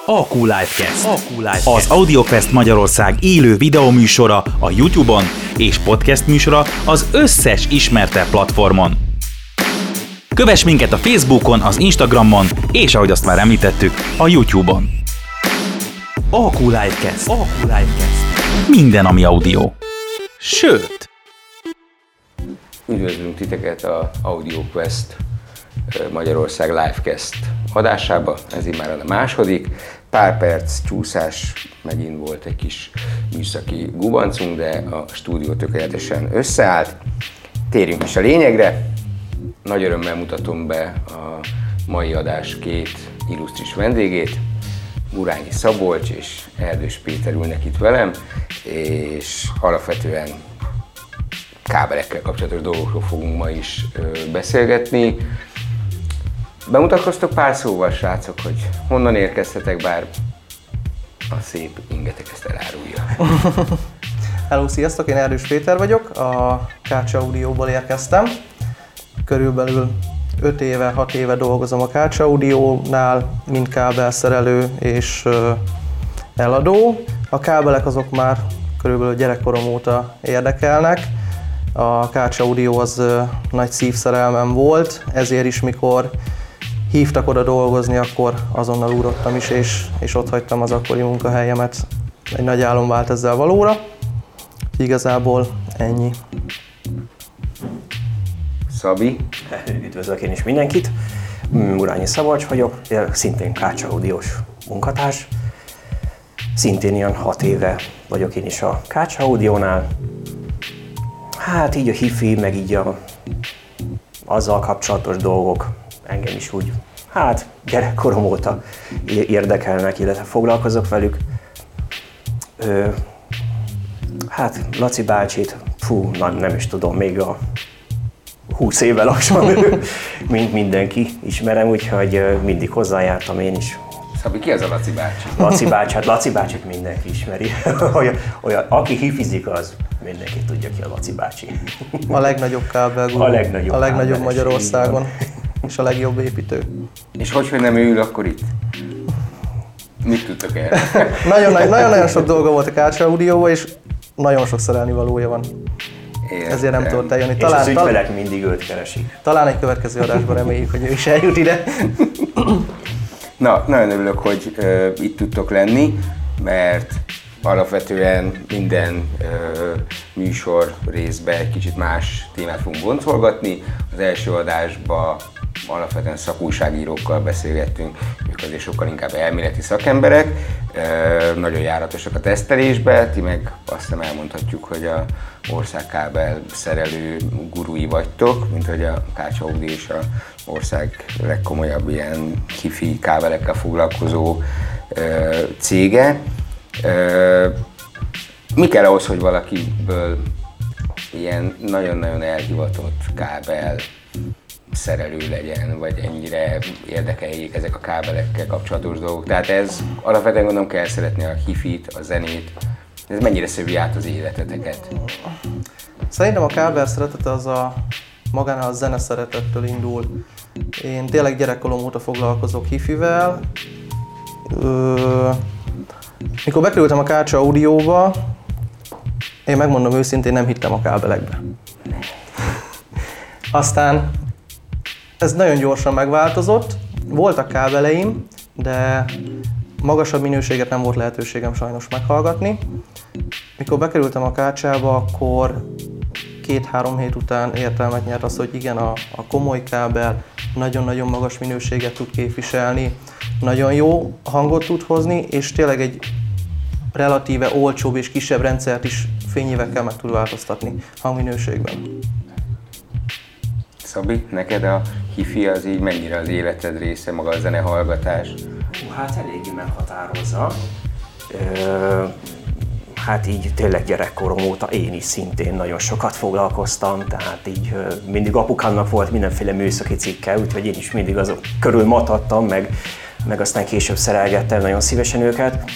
AQ Livecast. Az AudioQuest Magyarország élő videóműsora a YouTube-on és podcast műsora az összes ismertebb platformon. Kövess minket a Facebookon, az Instagramon és ahogy azt már említettük, a YouTube-on. AQ Livecast. Minden, ami audio. Sőt! Üdvözlünk titeket a AudioQuest Magyarország Livecast adásába, ez így már a második. Pár perc csúszás, megint volt egy kis műszaki gubancunk, de a stúdió tökéletesen összeállt. Térjünk is a lényegre. Nagy örömmel mutatom be a mai adás két illusztris vendégét. Gurányi Szabolcs és Erdős Péter ülnek itt velem, és alapvetően kábelekkel kapcsolatos dolgokról fogunk ma is beszélgetni. Bemutatkoztok pár szóval, srácok, hogy honnan érkeztetek, bár a szép ingetek ezt elárulja. Hello, sziasztok! Én Erdős Péter vagyok, a Kács Audio-ból érkeztem. Körülbelül 6 éve dolgozom a Kács Audio-nál, mint kábelszerelő és eladó. A kábelek azok már körülbelül gyerekkorom óta érdekelnek. A Kács Audio az nagy szívszerelmem volt, ezért is mikor hívtak oda dolgozni, akkor azonnal ugrottam is, és ott hagytam az akkori munkahelyemet. Egy nagy álom vált ezzel valóra. Igazából ennyi. Szabi. Üdvözlök én is mindenkit. Gurányi Szabolcs vagyok, szintén Kács Audiós munkatárs. Szintén ilyen 6 éve vagyok én is a Kács Audio-nál. Hát így a hifi, meg így azzal kapcsolatos dolgok engem is úgy, gyerekkorom óta érdekelnek, illetve foglalkozok velük. Laci bácsit, nem is tudom, még a 20 éve lassan, mint mindenki ismerem, úgyhogy mindig hozzájártam én is. Szabi, ki az a Laci bácsi? Laci bácsit mindenki ismeri. Olyan, aki hifizik, az mindenki tudja ki a Laci bácsi. A legnagyobb kábelgurú, a legnagyobb Magyarországon, és a legjobb építő. És hogy nem ül akkor itt? Mit tudtok erre? Nagyon sok dolga volt a Kács Audio-ba, és nagyon sok szerelnivalója van. Értem. Ezért nem tudott eljönni. És az ügyfelek mindig őt keresik. Talán egy következő adásban reméljük, hogy ő is eljut ide. Na, nagyon örülök, hogy itt tudtok lenni, mert alapvetően minden műsor részben egy kicsit más témát fogunk boncolgatni. Az első adásban alapvetően szakújságírókkal beszélgettünk, ők azért sokkal inkább elméleti szakemberek, nagyon járatosak a tesztelésbe, ti meg azt hiszem elmondhatjuk, hogy a országkábel szerelő gurui vagytok, mint hogy a Kács Audio és a ország legkomolyabb ilyen hifi kábelekkel foglalkozó cége. Mi kell ahhoz, hogy valakiből ilyen nagyon-nagyon elhivatott kábel szerelő legyen, vagy ennyire érdekeljék ezek a kábelekkel kapcsolatos dolgok? Tehát ez alapvetően gondolom kell szeretni a hifit, a zenét. Ez mennyire szövi át az életeteket? Szerintem a kábel szeretete az magánál a zene szeretettől indul. Én tényleg gyerekkorom óta foglalkozok hifivel. Mikor bekerültem a Kács Audio-ba, én megmondom őszintén, nem hittem a kábelekbe. Aztán ez nagyon gyorsan megváltozott, voltak kábeleim, de magasabb minőséget nem volt lehetőségem sajnos meghallgatni. Mikor bekerültem a Kácsába, akkor 2-3 hét után értelmet nyert az, hogy igen, a komoly kábel nagyon-nagyon magas minőséget tud képviselni, nagyon jó hangot tud hozni, és tényleg egy relatíve olcsóbb és kisebb rendszert is fényévekkel meg tud változtatni hangminőségben. Szabi, neked a hifi az így mennyire az életed része, maga a zenehallgatás? Eléggé meghatározza. Így tényleg gyerekkorom óta én is szintén nagyon sokat foglalkoztam, tehát így mindig apukámnak volt mindenféle műszaki cikke, úgyhogy én is mindig azok körül matadtam, meg aztán később szerelgettem nagyon szívesen őket.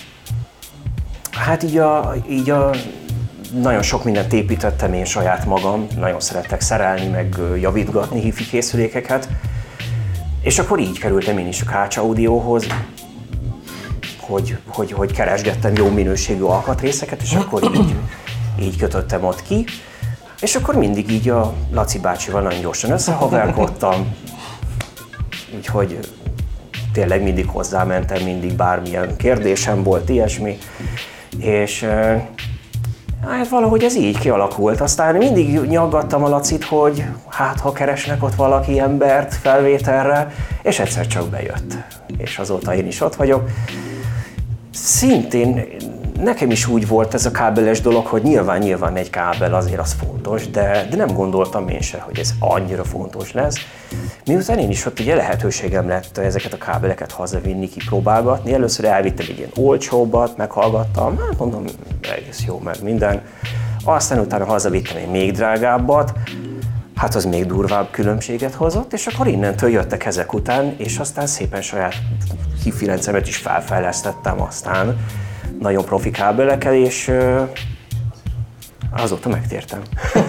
Nagyon sok mindent építettem én saját magam, nagyon szerettek szerelni, meg javítgatni hifi készülékeket. És akkor így kerültem én is a Kács Audióhoz. hogy keresgettem jó minőségű alkatrészeket, és akkor így kötöttem ott ki. És akkor mindig így a Laci bácsival nagyon gyorsan összehaverkodtam, úgyhogy tényleg mindig hozzámentem, mindig bármilyen kérdésem volt, ilyesmi. És hát valahogy ez így kialakult. Aztán mindig nyaggattam a Lacit, hogy hát ha keresnek ott valaki embert felvételre, és egyszer csak bejött. És azóta én is ott vagyok. Szintén nekem is úgy volt ez a kábeles dolog, hogy nyilván egy kábel azért az fontos, de nem gondoltam én se, hogy ez annyira fontos lesz. Miután én is ott ugye lehetőségem lett ezeket a kábeleket hazavinni, kipróbálgatni, először elvittem egy ilyen olcsóbbat, meghallgattam, hát mondom, egész jó, meg minden. Aztán utána hazavittem egy még drágábbat, hát az még durvább különbséget hozott, és akkor innentől jöttek ezek után, és aztán szépen saját hifi rendszeremet is felfejlesztettem aztán nagyon profi kábelekkel, és azóta megtértem.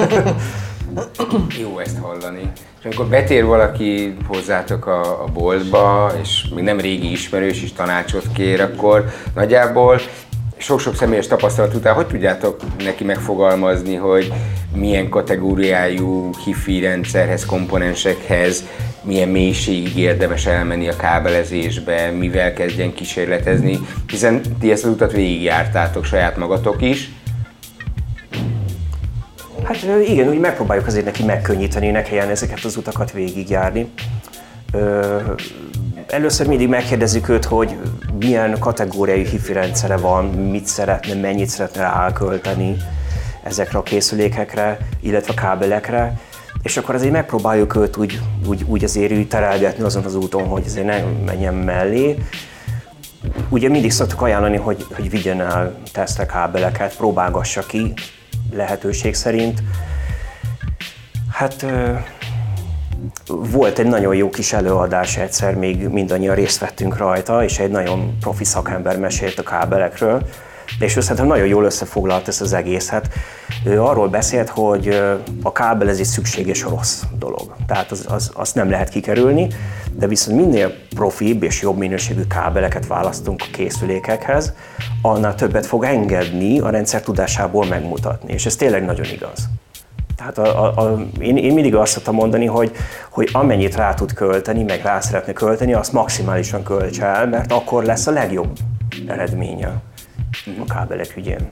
Jó ezt hallani. És amikor betér valaki hozzátok a boltba, és még nem régi ismerős is tanácsot kér, akkor nagyjából sok-sok személyes tapasztalat után hogy tudjátok neki megfogalmazni, hogy milyen kategóriájú hifi rendszerhez, komponensekhez, milyen mélységig érdemes elmenni a kábelezésbe, mivel kezdjen kísérletezni, hiszen ti ezt az utat végigjártátok saját magatok is. Hát igen, úgy megpróbáljuk azért neki megkönnyíteni, ne kelljen ezeket az utakat végigjárni. Először mindig megkérdezzük őt, hogy milyen kategóriájú hifi rendszere van, mit szeretne, mennyit szeretne rákölteni ezekre a készülékekre, illetve a kábelekre, és akkor azért megpróbáljuk őt úgy azért úgy terelgetni azon az úton, hogy azért ne menjen mellé. Ugye mindig szoktuk ajánlani, hogy vigyen el tesztre kábeleket, próbálgassa ki lehetőség szerint. Hát volt egy nagyon jó kis előadás egyszer, még mindannyian részt vettünk rajta, és egy nagyon profi szakember mesélt a kábelekről, és ő szerintem nagyon jól összefoglalt ezt az egészet. Ő arról beszélt, hogy a kábelezés szükséges rossz dolog, tehát azt nem lehet kikerülni, de viszont minél profibb és jobb minőségű kábeleket választunk a készülékekhez, annál többet fog engedni a rendszer tudásából megmutatni, és ez tényleg nagyon igaz. Tehát én mindig azt szoktam mondani, hogy amennyit rá tud költeni, meg rá szeretne költeni, azt maximálisan költse el, mert akkor lesz a legjobb eredménye a kábelek ügyén.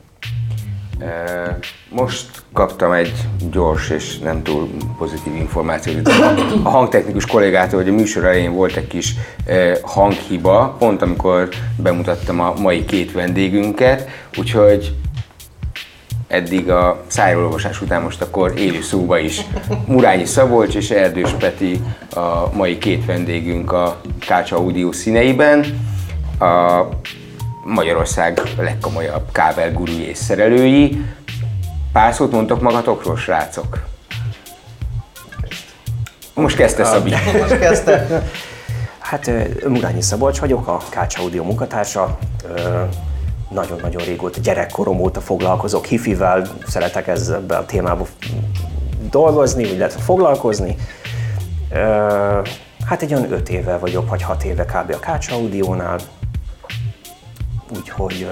Most kaptam egy gyors és nem túl pozitív információt a hangtechnikus kollégától, hogy a műsor elején volt egy kis hanghiba, pont amikor bemutattam a mai két vendégünket, úgyhogy eddig a szájrólolvasás után most akkor élő szóba is Murányi Szabolcs és Erdős Peti a mai két vendégünk a Kácsa Audio színeiben. A Magyarország legkomolyabb kábelgurui és szerelői. Pár szót mondtok magatokról, srácok? Most kezdte Szabi. Most kezdte. Hát Murányi Szabolcs vagyok, a Kácsa Audio munkatársa. Nagyon-nagyon régóta, gyerekkorom óta foglalkozok hifivel, szeretek ebben a témában dolgozni, illetve foglalkozni. Hát egy olyan 5 éve vagyok, vagy 6 éve kb. A Kácsa Audiónál, úgyhogy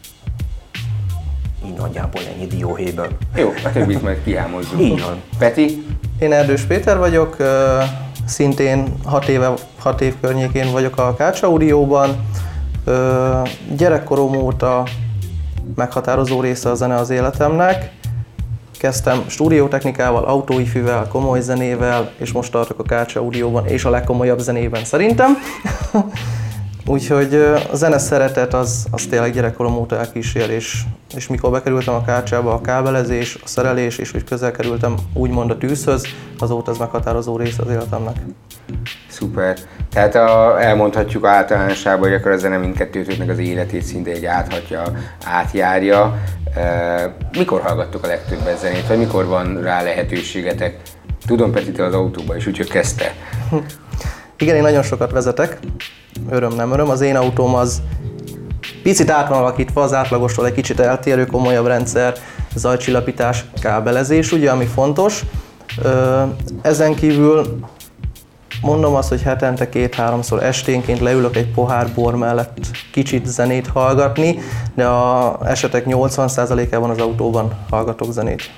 így nagyjából ennyi dióhéjből. Jó, a többit majd kihámozzuk. Így van. Peti? Én Erdős Péter vagyok, szintén 6 év környékén vagyok a Kácsa Audióban. Gyerekkorom óta meghatározó része a zene az életemnek. Kezdtem stúdiótechnikával, autóifivel, komoly zenével, és most tartok a Kácsa Audióban, és a legkomolyabb zenében szerintem. Úgyhogy a zene szeretet az tényleg gyerekkorom óta elkísér, és mikor bekerültem a Kácsába, a kábelezés, a szerelés, és hogy közel kerültem úgymond a tűzhöz, azóta ez meghatározó része az életemnek. Szuper. Tehát elmondhatjuk általánosságban, hogy akkor a zene mindkettőtöknek az életét szinte egy átjárja. Mikor hallgattok a legtöbbet zenét, vagy mikor van rá lehetőségetek? Tudom, Peti, te az autóban is, úgyhogy kezdte. Igen, én nagyon sokat vezetek. Öröm, nem öröm. Az én autóm az picit át van alakítva, az átlagostól egy kicsit eltérő, komolyabb rendszer, zajcsillapítás, kábelezés, ugye, ami fontos. Ezen kívül mondom azt, hogy hetente 2-3-szor esténként leülök egy pohár bor mellett kicsit zenét hallgatni, de az esetek 80%-ában az autóban hallgatok zenét.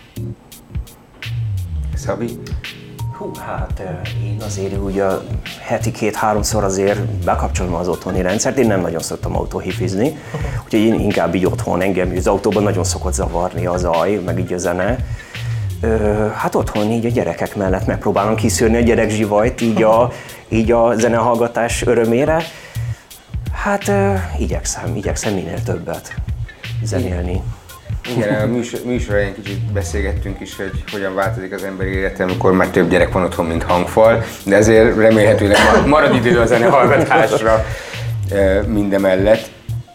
Szabi? Hát én azért úgy a heti 2-3-szor azért bekapcsolom az otthoni rendszert, én nem nagyon szoktam autóhifizni, úgyhogy én inkább így otthon, engem az autóban nagyon szokott zavarni a zaj, meg így a zene. Hát otthon így a gyerekek mellett megpróbálom kiszűrni a gyerekzsivajt így a zenehallgatás örömére. Hát igyekszem minél többet zenélni. Igen, a műsorban egy kicsit beszélgettünk is, hogy hogyan változik az emberi élete, amikor már több gyerek van otthon, mint hangfal, de ezért remélhetőleg marad idő a zenehallgatásra mindemellett.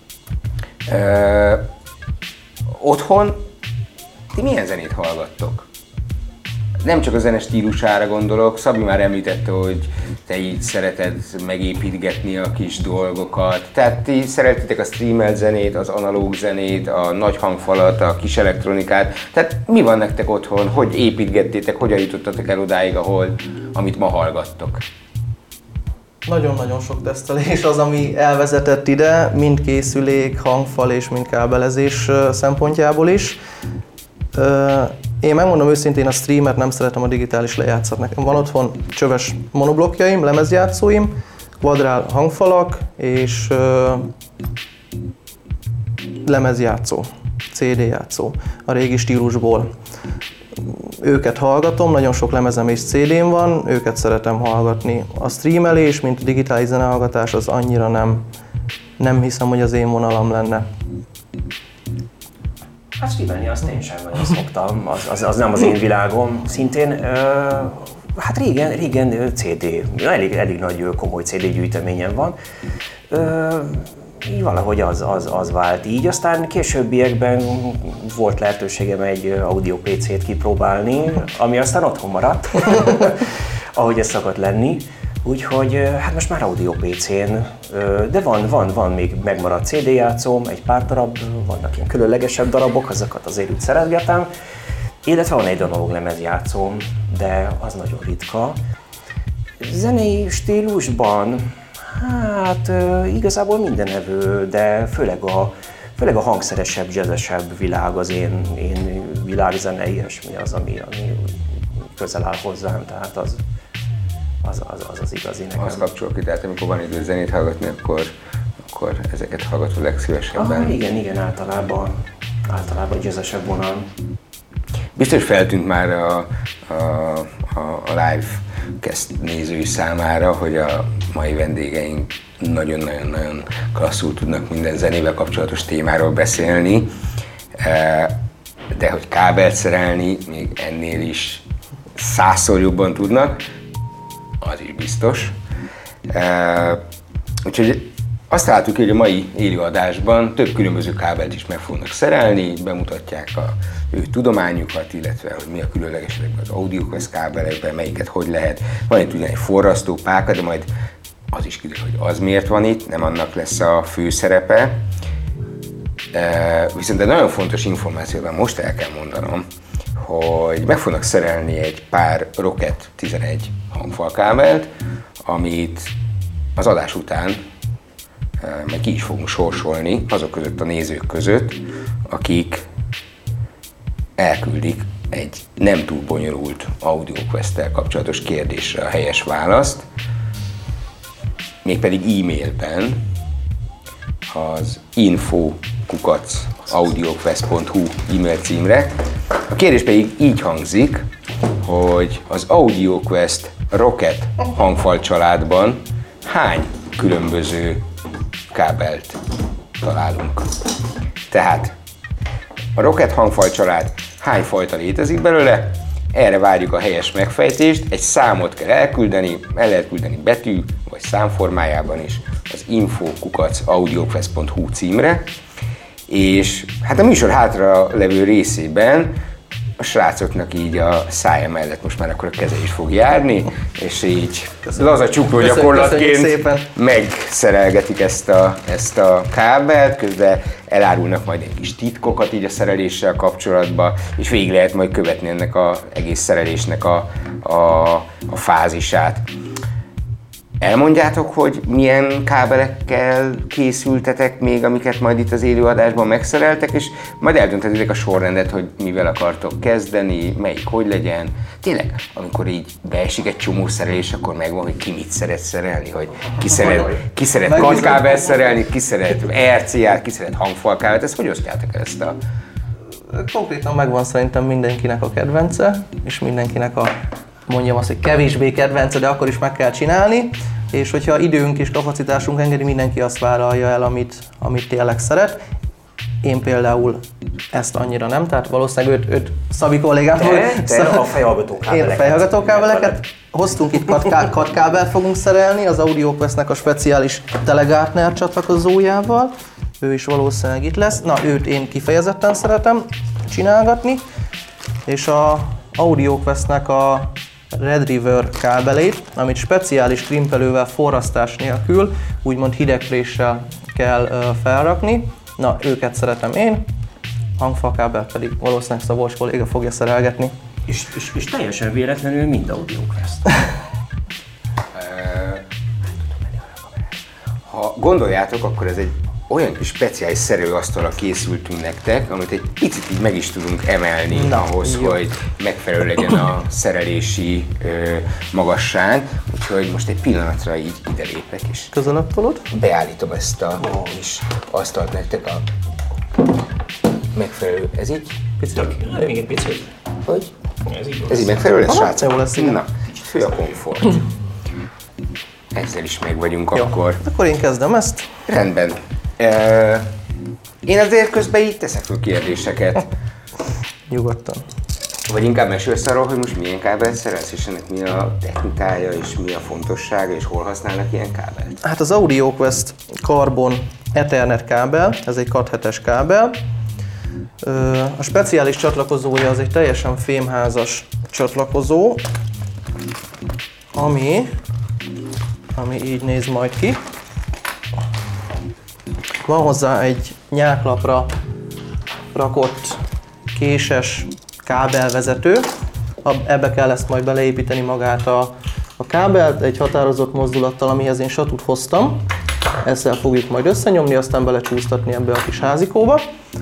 Otthon ti milyen zenét hallgattok? Nem csak a zene stílusára gondolok, Szabi már említette, hogy te így szereted megépítgetni a kis dolgokat. Tehát ti szeretitek a streamelt zenét, az analóg zenét, a nagy hangfalat, a kis elektronikát. Tehát mi van nektek otthon, hogy építgettétek, hogyan jutottatok el odáig, amit ma hallgattok? Nagyon-nagyon sok tesztelés az, ami elvezetett ide, mind készülék, hangfal és mind kábelezés szempontjából is. Én megmondom őszintén, a streamet nem szeretem a digitális lejátszat. Nekem van otthon csöves monoblokkjaim, lemezjátszóim, kvadrál hangfalak és lemezjátszó, CD játszó a régi stílusból. Őket hallgatom, nagyon sok lemezem és CD-m van, őket szeretem hallgatni. A streamelés, mint a digitális zenehallgatás, az annyira nem hiszem, hogy az én vonalam lenne. Hát streamelni azt én sem nagyon szoktam, az nem az én világom szintén. Hát régen CD, elég nagy komoly CD gyűjteményem van. Így valahogy az vált így, aztán későbbiekben volt lehetőségem egy audio PC-t kipróbálni, ami aztán otthon maradt, ahogy ez szokott lenni. Úgyhogy hát most már audio PC-n, de van még megmaradt CD játszóm, egy pár darab, vannak ilyen különlegesebb darabok, azokat azért úgy szeretgetem. Illetve van egy analóg lemezjátszóm, de az nagyon ritka. Zenei stílusban, hát igazából mindenevő, de főleg a hangszeresebb, jazzesebb világ az én világzene, ilyesmi az, ami közel áll hozzám, tehát az igazi nekem. Azt kapcsol ki, tehát amikor van idő zenét hallgatni, akkor ezeket hallgatod legszívesebben. Igen, általában jazzesebb vonal. Biztos feltűnt már a live cast nézői számára, hogy a mai vendégeink nagyon-nagyon klasszul tudnak minden zenével kapcsolatos témáról beszélni, de hogy kábelt szerelni még ennél is 100-szor jobban tudnak, az is biztos. Úgyhogy azt látjuk, hogy a mai élőadásban több különböző kábelt is meg fognak szerelni, bemutatják a ő tudományukat, illetve hogy mi a különleges az AudioQuest kábelekben, melyiket hogy lehet. Van itt ugyan egy forrasztó páka, de majd az is kiderül, hogy az miért van itt, nem annak lesz a fő szerepe. Viszont egy nagyon fontos információban most el kell mondanom, hogy meg fognak szerelni egy pár Roccat 11 hangfalkábelt, amit az adás után meg ki is fogunk sorsolni azok között a nézők között, akik elküldik egy nem túl bonyolult AudioQuest-tel kapcsolatos kérdésre a helyes választ, mégpedig e-mailben az info@audioquest.hu e-mail címre. A kérdés pedig így hangzik, hogy az AudioQuest Roccat hangfal családban hány különböző kábelt találunk. Tehát a Roccat hangfal család hány fajta létezik belőle, erre várjuk a helyes megfejtést, egy számot kell elküldeni, el lehet küldeni betű vagy szám formájában is az info@audioquest.hu címre, és hát a műsor hátra levő részében a srácoknak így a szája mellett most már akkor a keze is fog járni, és így laza csukló gyakorlatként megszerelgetik ezt a kábelt, közben elárulnak majd egy kis titkokat így a szereléssel kapcsolatban, és végig lehet majd követni ennek az egész szerelésnek a fázisát. Elmondjátok, hogy milyen kábelekkel készültetek még, amiket majd itt az élőadásban megszereltek, és majd eldönthetitek a sorrendet, hogy mivel akartok kezdeni, melyik hogy legyen. Tényleg, amikor így beesik egy csomó szerelés, akkor megvan, hogy ki mit szeret szerelni, hogy ki szeret kardkábelt szerelni, ki szeret RCA-t, ki szeret hangfalkábelt, ezt hogy osztjátok ezt a... Konkrétan megvan szerintem mindenkinek a kedvence, és mindenkinek a, mondjam azt, hogy kevésbé kedvence, de akkor is meg kell csinálni, és hogyha időnk és kapacitásunk engedi, mindenki azt vállalja el, amit tényleg szeret. Én például ezt annyira nem, tehát valószínűleg őt Szabi kollégától... Te a fejhallgató kábeleket. Én fejhallgató kábeleket. Hoztunk itt kábelt fogunk szerelni az AudioQuest-nek a speciális Telegartner csatlakozójával. Ő is valószínűleg itt lesz. Na, őt én kifejezetten szeretem csinálgatni. És a AudioQuest-nek a Red River kábelét, amit speciális krimpelővel forrasztás nélkül, úgymond hidegpréssel kell felrakni. Na, őket szeretem én, hangfalkábel pedig valószínűleg Szabolcs kolléga fogja szerelgetni. És teljesen véletlenül mind AudioQuest. Ha gondoljátok, akkor ez egy olyan kis speciális szerelőasztalra készültünk nektek, amit egy picit így meg is tudunk emelni ahhoz, hogy megfelelő legyen a szerelési magasság. Úgyhogy most egy pillanatra így ide lépek és közelebb tolod. Beállítom ezt a kis asztalt nektek a megfelelő, ez így? Picit. Még egy picit. Hogy? Ez így megfelelő lesz, srác? Jó lesz, igen. Na, fő a komfort. Ezzel is meg vagyunk akkor. Akkor én kezdem ezt. Rendben. Én azért közben így teszek föl kérdéseket. Nyugodtan. Vagy inkább mesélsz arról, hogy most milyen kábelt szerelsz, és ennek mi a technikája, és mi a fontossága, és hol használnak ilyen kábelt? Hát az AudioQuest Carbon Ethernet kábel, ez egy Cat 7-es kábel. A speciális csatlakozója az egy teljesen fémházas csatlakozó, ami így néz majd ki. Van hozzá egy nyáklapra rakott késes kábelvezető, ebbe kell ezt majd beleépíteni magát a kábelt, egy határozott mozdulattal, amihez én satut hoztam. Ezzel fogjuk majd összenyomni, aztán belecsúsztatni ebbe a kis házikóba.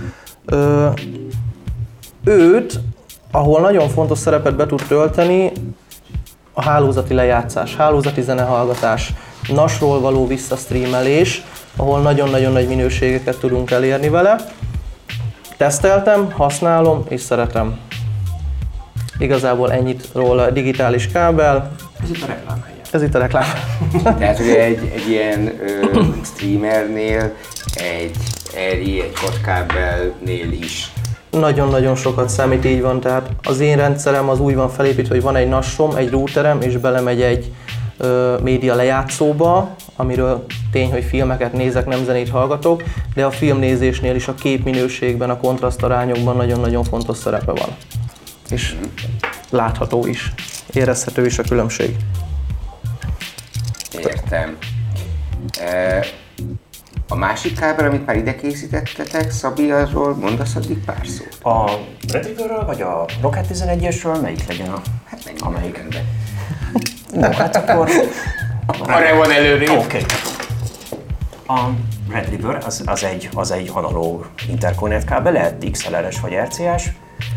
Őt, ahol nagyon fontos szerepet be tud tölteni, a hálózati lejátszás, hálózati zenehallgatás, NAS-ról való visszastreamelés, ahol nagyon-nagyon nagy minőségeket tudunk elérni vele. Teszteltem, használom és szeretem. Igazából ennyit róla, digitális kábel. Ez itt a reklám helye. Ez itt a reklám. Tehát ugye egy ilyen streamernél, egy RI, egy kodkábelnél is. Nagyon-nagyon sokat számít, így van, tehát az én rendszerem az úgy van felépítve, hogy van egy NAS-om, egy routerem, és belemegy egy média lejátszóba, amiről tény, hogy filmeket nézek, nem zenét hallgatok, de a filmnézésnél is a képminőségben, a kontrasztarányokban nagyon-nagyon fontos szerepe van. És látható is, érezhető is a különbség. Értem. A másik kábel, amit már ide készítettetek, Szabi, arról mondasz addig pár szót? A Red Riverről, vagy a Rocket 11-esről, melyik legyen a... Hát menjünk amelyik? rendben. No, hát akkor... Arra van előrébb. Oké. A Red River az egy analóg interconnect kábel, lehet XLR-es vagy RCA-s.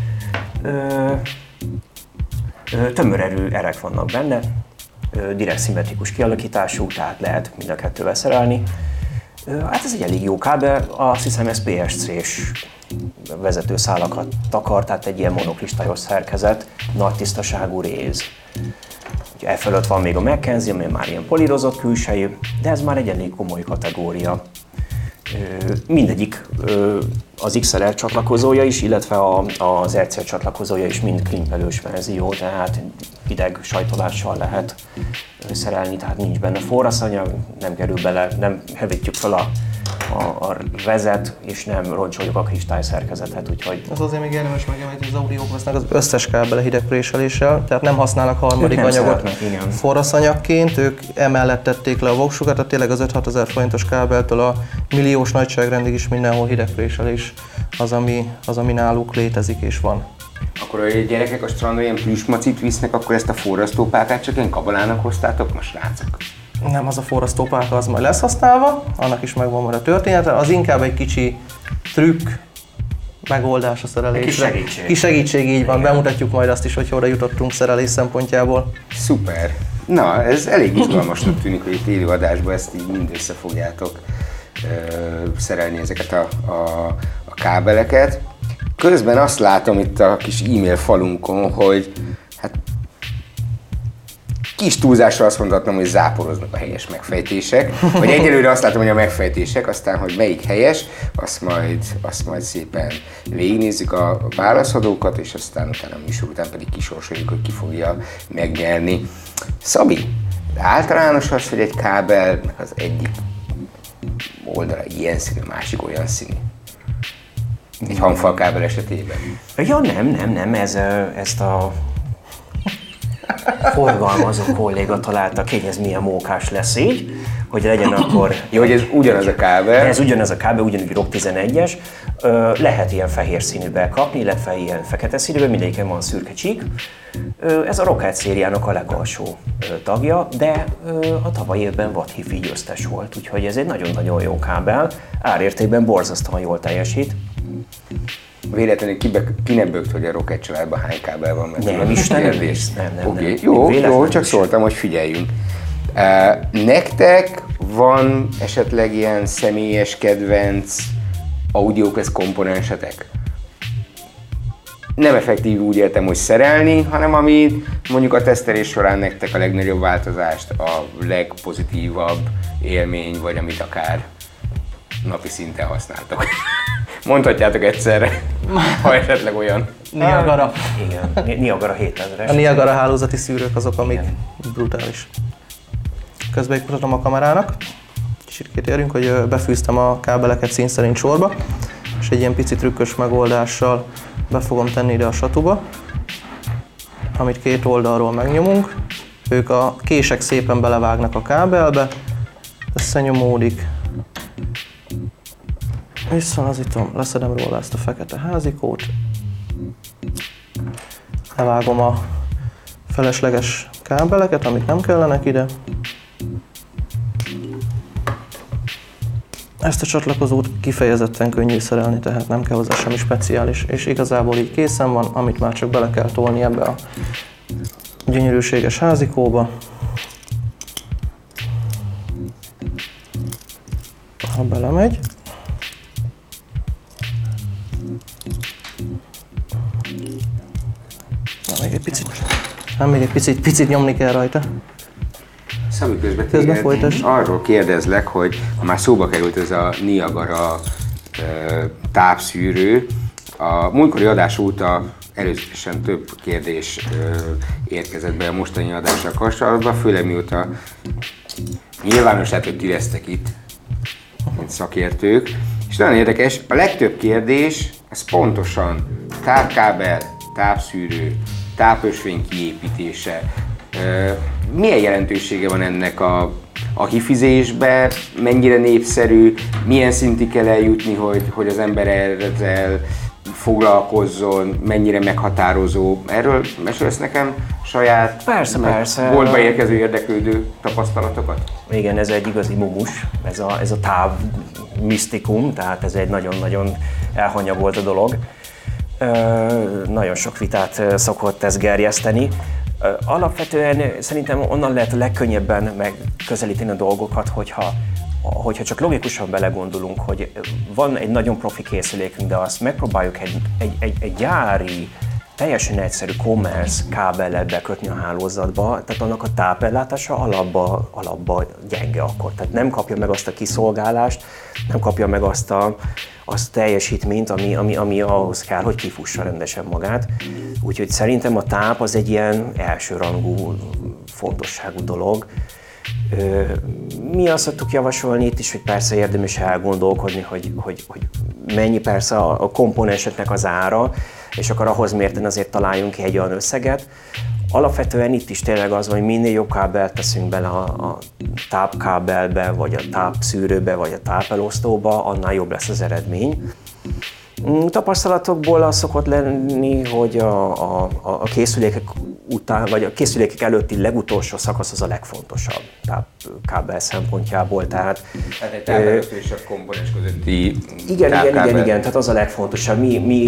Tömörerő erek vannak benne, direkt szimmetrikus kialakítású, tehát lehet mind a kettővel szerelni. Hát ez egy elég jó kábel, azt hiszem ez PSC-s vezetőszálakat takar, tehát egy ilyen monokristályos szerkezet, nagy tisztaságú réz. E fölött van még a McKenzie, ami már ilyen polírozott külsejű, de ez már egy elég komoly kategória. Mindegyik az XLR csatlakozója is, illetve az RCA csatlakozója is mind klimpelős verzió, tehát hideg sajtolással lehet szerelni, tehát nincs benne forraszanyag, nem kerül bele, nem hevítjük fel a rezet, és nem roncsoljuk a kristályszerkezetet, úgyhogy... Az azért még érdemes megemlíteni, hogy az AudioQuest-nek az összes kábele hidegpréseléssel, tehát nem használnak harmadik anyagot forraszanyagként, ők emellett tették le a voksukat, tehát tényleg az 5-6 ezer forintos kábeltől a milliós nagyságrendig is mindenhol hidegpréselés az, ami náluk létezik és van. Akkor a gyerekek a strandon ilyen plüsmacit visznek, akkor ezt a forrasztópálkát csak ilyen kabalának hoztátok most, srácok? Nem, az a forrasztópálka az majd lesz használva, annak is megvan majd a története, az inkább egy kicsi trükk, megoldás a szerelésre. Kis segítség, így van, bemutatjuk majd azt is, hogy hol jutottunk szerelés szempontjából. Szuper! Na, ez elég izgalmasnak tűnik, hogy itt élő adásban ezt így mind össze fogjátok szerelni ezeket a kábeleket. Közben azt látom itt a kis e-mail falunkon, hogy hát kis túlzásra azt mondhatnom, hogy záporoznak a helyes megfejtések. Vagy egyelőre azt látom, hogy a megfejtések, aztán, hogy melyik helyes, azt majd szépen végignézzük a válaszadókat, és aztán utána a műsor után pedig kisorsoljuk, hogy ki fogja megnyerni. Szabi, általános az, hogy egy kábelnek az egyik oldala ilyen színű, másik olyan színű. Egy hangfalkábel esetében. Ja, nem, ezt a forgalmazó kolléga találta ki, hogy ez milyen mókás lesz így, hogy legyen akkor... Jó, hogy ez ugyanaz a kábel. Ez ugyanaz a kábel, ugyanúgy ROG 11-es. Lehet ilyen fehér színűben kapni, illetve ilyen fekete színűben, mindegyiken van szürke csík. Ez a Roccat szériának a legalsó tagja, de a tavaly évben Watt Hi-Fi győztes volt, úgyhogy ez egy nagyon-nagyon jó kábel. Árértékben borzasztóan jól teljesít. Véletlenül ki nem bögt, hogy a Roccat családban hány kábel van? Nem, Istenem, nem. Okay. Jó, csak szóltam, hogy figyeljünk. Nektek van esetleg ilyen személyes kedvenc AudioQuest komponensetek? Nem effektív úgy értem, hogy szerelni, hanem ami mondjuk a tesztelés során nektek a legnagyobb változást, a legpozitívabb élmény, vagy amit akár napi szinten használtok. Mondhatjátok egyszerre, ha esetleg olyan. Niagara. Igen, Niagara 7000-es. A Niagara hálózati szűrők azok, amik brutális. Közben egy mutatom a kamerának. Kicsit kitérünk, hogy befűztem a kábeleket szín szerint sorba, és egy ilyen pici trükkös megoldással be fogom tenni ide a satuba, amit két oldalról megnyomunk. Ők a kések szépen belevágnak a kábelbe, összenyomódik. Visszalazítom, leszedem róla ezt a fekete házikót. Levágom a felesleges kábeleket, amik nem kellenek ide. Ezt a csatlakozót kifejezetten könnyű szerelni, tehát nem kell hozzá semmi speciális, és igazából így készen van, amit már csak bele kell tolni ebbe a gyönyörűséges házikóba. Ha belemegy. Még egy picit nyomni kell rajta. Szabi, közben arról kérdezlek, hogy már szóba került ez a Niagara tápszűrő. A múltkori adás óta előzetesen több kérdés érkezett be a mostani adással kapcsolatban, főleg mióta nyilvánosságot tűztek itt, mint szakértők. És nagyon érdekes, a legtöbb kérdés, ez pontosan tápkábel, tápszűrő, tápösvény kiépítése. Milyen jelentősége van ennek a hifizésbe, mennyire népszerű, milyen szintig kell eljutni, hogy az ember ezzel foglalkozzon, mennyire meghatározó. Erről mesélsz nekem saját persze. boltba érkező érdeklődő tapasztalatokat? Igen, ez egy igazi mumus, ez a táv misztikum, tehát ez egy nagyon-nagyon elhanyagolt a dolog. Nagyon sok vitát szokott ez gerjeszteni. Alapvetően szerintem onnan lehet a legkönnyebben megközelíteni a dolgokat, hogyha csak logikusan belegondolunk, hogy van egy nagyon profi készülékünk, de azt megpróbáljuk egy gyári, teljesen egyszerű commerce kábellel bekötni a hálózatba, tehát annak a tápellátása alapba gyenge akkor. Tehát nem kapja meg azt a kiszolgálást, nem kapja meg azt a teljesítményt, ami ahhoz kell, hogy kifussa rendesen magát. Úgyhogy szerintem a táp az egy ilyen elsőrangú fontosságú dolog. Mi azt szoktuk javasolni itt is, hogy persze érdemes elgondolkodni, hogy mennyi persze a komponenseknek az ára, és akkor ahhoz mérten azért találjunk ki egy olyan összeget. Alapvetően itt is tényleg az van, hogy minél jobb kábelt teszünk bele a tápkábelbe, vagy a tápszűrőbe, vagy a tápelosztóba, annál jobb lesz az eredmény. Tapasztalatokból az szokott lenni, hogy a készülékek után, vagy a készülékek előtti legutolsó szakasz az a legfontosabb kábel szempontjából. Tehát egy tábel és a komponens közötti igen, tehát az a legfontosabb.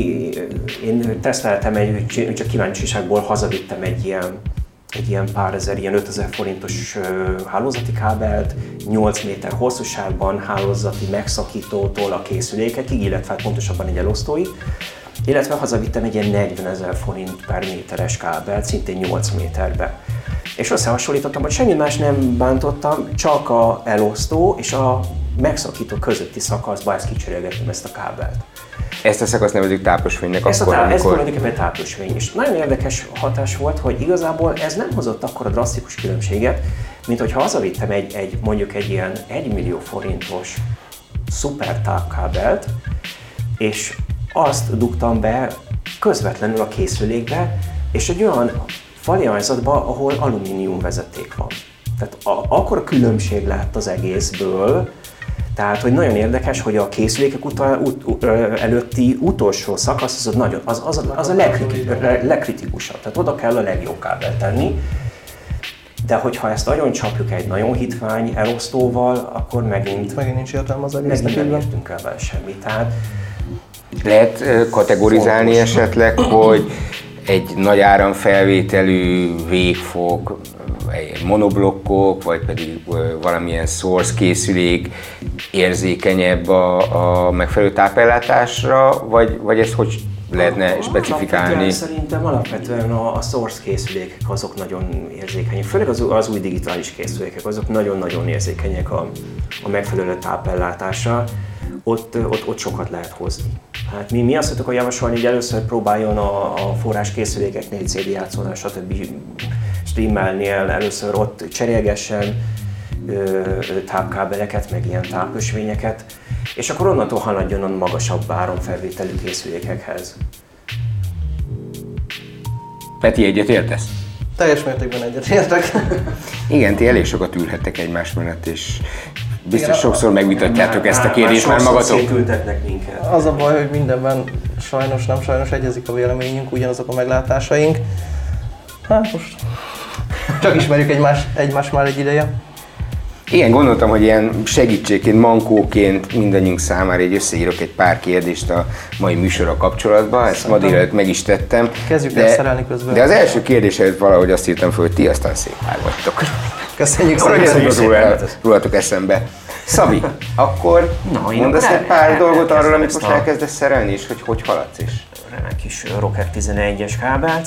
Én teszteltem, csak kíváncsiságból hazavittem egy ilyen pár ezer, ilyen 5000 forintos hálózati kábelt, 8 méter hosszúságban hálózati megszakítótól a készülékekig, illetve pontosabban egy elosztóig, illetve hazavittem egy ilyen 40 000 forint per méteres kábelt, szintén 8 méterbe. És összehasonlítottam, hogy semmi más nem bántottam, csak a elosztó és a megszakító közötti szakaszba ezt kicserélgettem, ezt a kábelt. Ezt a szakaszt nevezzük táposfénynek Ez tulajdonképpen táposfény. És nagyon érdekes hatás volt, hogy igazából ez nem hozott akkora drasztikus különbséget, mint hogyha hazavittem mondjuk egy ilyen 1 millió forintos szuper tápkábelt, és azt dugtam be közvetlenül a készülékbe, és egy olyan falianyzatba, ahol alumínium vezeték van. Tehát akkora különbség lett az egészből, tehát, hogy nagyon érdekes, hogy a készülékek előtti utolsó szakasz az a legkritikusabb, tehát oda kell a legjobb kábelt tenni. De hogyha ezt nagyon csapjuk egy nagyon hitvány elosztóval, akkor megint nincs értelme az egésznek. Megint nem értünk el vele semmit. Tehát lehet kategorizálni esetleg, hogy egy nagy áramfelvételű végfog, monoblokkok, vagy pedig valamilyen source készülék érzékenyebb a megfelelő tápellátásra, vagy ezt hogy lehetne specifikálni? Szerintem alapvetően a source készülékek azok nagyon érzékenyek, főleg az új digitális készülékek, azok nagyon-nagyon érzékenyek a megfelelő tápellátásra. Ott sokat lehet hozni. Hát mi azt tudtuk javasolni, hogy először próbáljon a forrás készülékeknél, CD játszónál, stb. Streamelni el, először ott cserélgessen tápkábeleket, meg ilyen tápösvényeket, és akkor onnantól haladjon a magasabb áramfelvételű készülékekhez. Peti, egyet értesz? Teljes mértékben egyetértek. Igen, ti elég sokat ülhettek egymás mellett, és biztos sokszor megvitatjátok ezt a kérdést már magatok. Az a baj, hogy mindenben sajnos egyezik a véleményünk, ugyanazok a meglátásaink. Hát most csak ismerjük egymást már egy ideje. Igen, gondoltam, hogy ilyen segítségként, mankóként mindannyiunk számára összeírok egy pár kérdést a mai műsorra kapcsolatban, ezt ma délelőtt meg is tettem. Kezdjük el szerelni közben. De az első kérdés előtt valahogy azt írtam fel, hogy ti aztán szép pár vagytok. Köszönjük szépen! Rólatok eszembe. Szabi, akkor mondasz egy pár dolgot arról, amit most elkezdesz szerelni, és hogy haladsz is? Remek kis Rocker 11-es kábelt.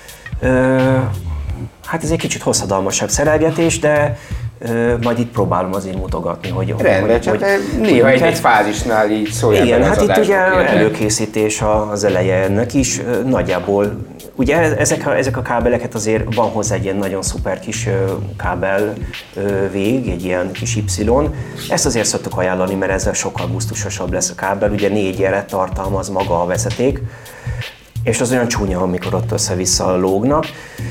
Hát ez egy kicsit hosszadalmasabb szerelgetés, de majd itt próbálom azért mutogatni, hogy... Rendben, csak néha egy fázisnál így szóljál. Igen, hát itt ugye előkészítés az eleje ennek is, nagyjából, ugye ezek a kábeleket azért van hozzá egy ilyen nagyon szuper kis kábel vég, egy ilyen kis Y. Ezt azért szoktuk ajánlani, mert ezzel sokkal gusztusosabb lesz a kábel, ugye 4 jelet tartalmaz maga a vezeték, és az olyan csúnya, amikor ott össze-vissza lógnak.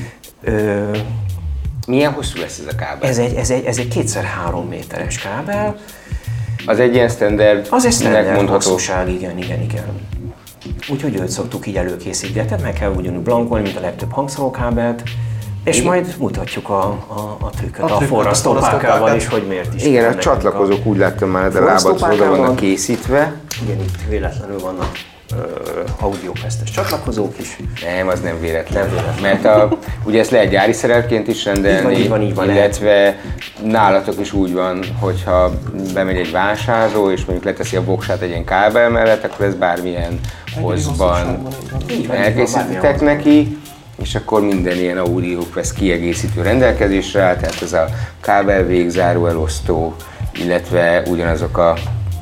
Milyen hosszú lesz ez a kábel? Ez egy 2x3 méteres kábel. Az egy ilyen standard, az egy standard hosszúság, igen. Úgyhogy őt szoktuk így előkészíteni, meg kell ugyanúgy blankolni, mint a legtöbb hangszórókábelt, és majd mutatjuk a trükköt a forrasztópálkával is, hogy miért is. Igen, a csatlakozók úgy láttam már, de lábat oda vannak készítve. Igen, itt véletlenül vannak audiófesztes csatlakozók is. Nem, az nem véletlen. Mert ugye ezt lehet gyári szerelként is rendelni, így van, illetve nálatok is úgy van, hogyha bemegy egy vásárló, és mondjuk leteszi a voksát egy ilyen kábel mellett, akkor ez bármilyen hosszban elkészítitek neki, és akkor minden ilyen audiófesz kiegészítő rendelkezésre áll, tehát ez a kábelvég, záró elosztó, illetve ugyanazok a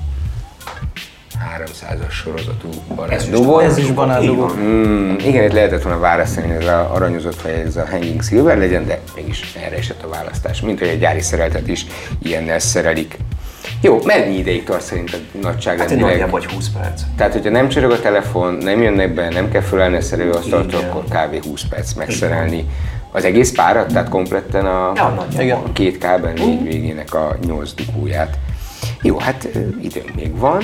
300-as sorozatú banándobol. Ez is banándobol. Igen, itt lehetett volna választani, hogy ez a aranyozott vagy ez a hanging silver legyen, de mégis erre esett a választás. Mint hogy egy gyári szereltet is ilyennel szerelik. Jó, mennyi ideig tart szerint a nagyságrendileg? Hát nagyjából 20 perc. Tehát, hogyha nem csörög a telefon, nem jönnek be, nem kell fölállni a szerelőasztalt, akkor kb. 20 perc megszerelni. Az egész párat, tehát kompletten a két kábel 4 végének a 8 dugóját. Jó, hát időnk még van.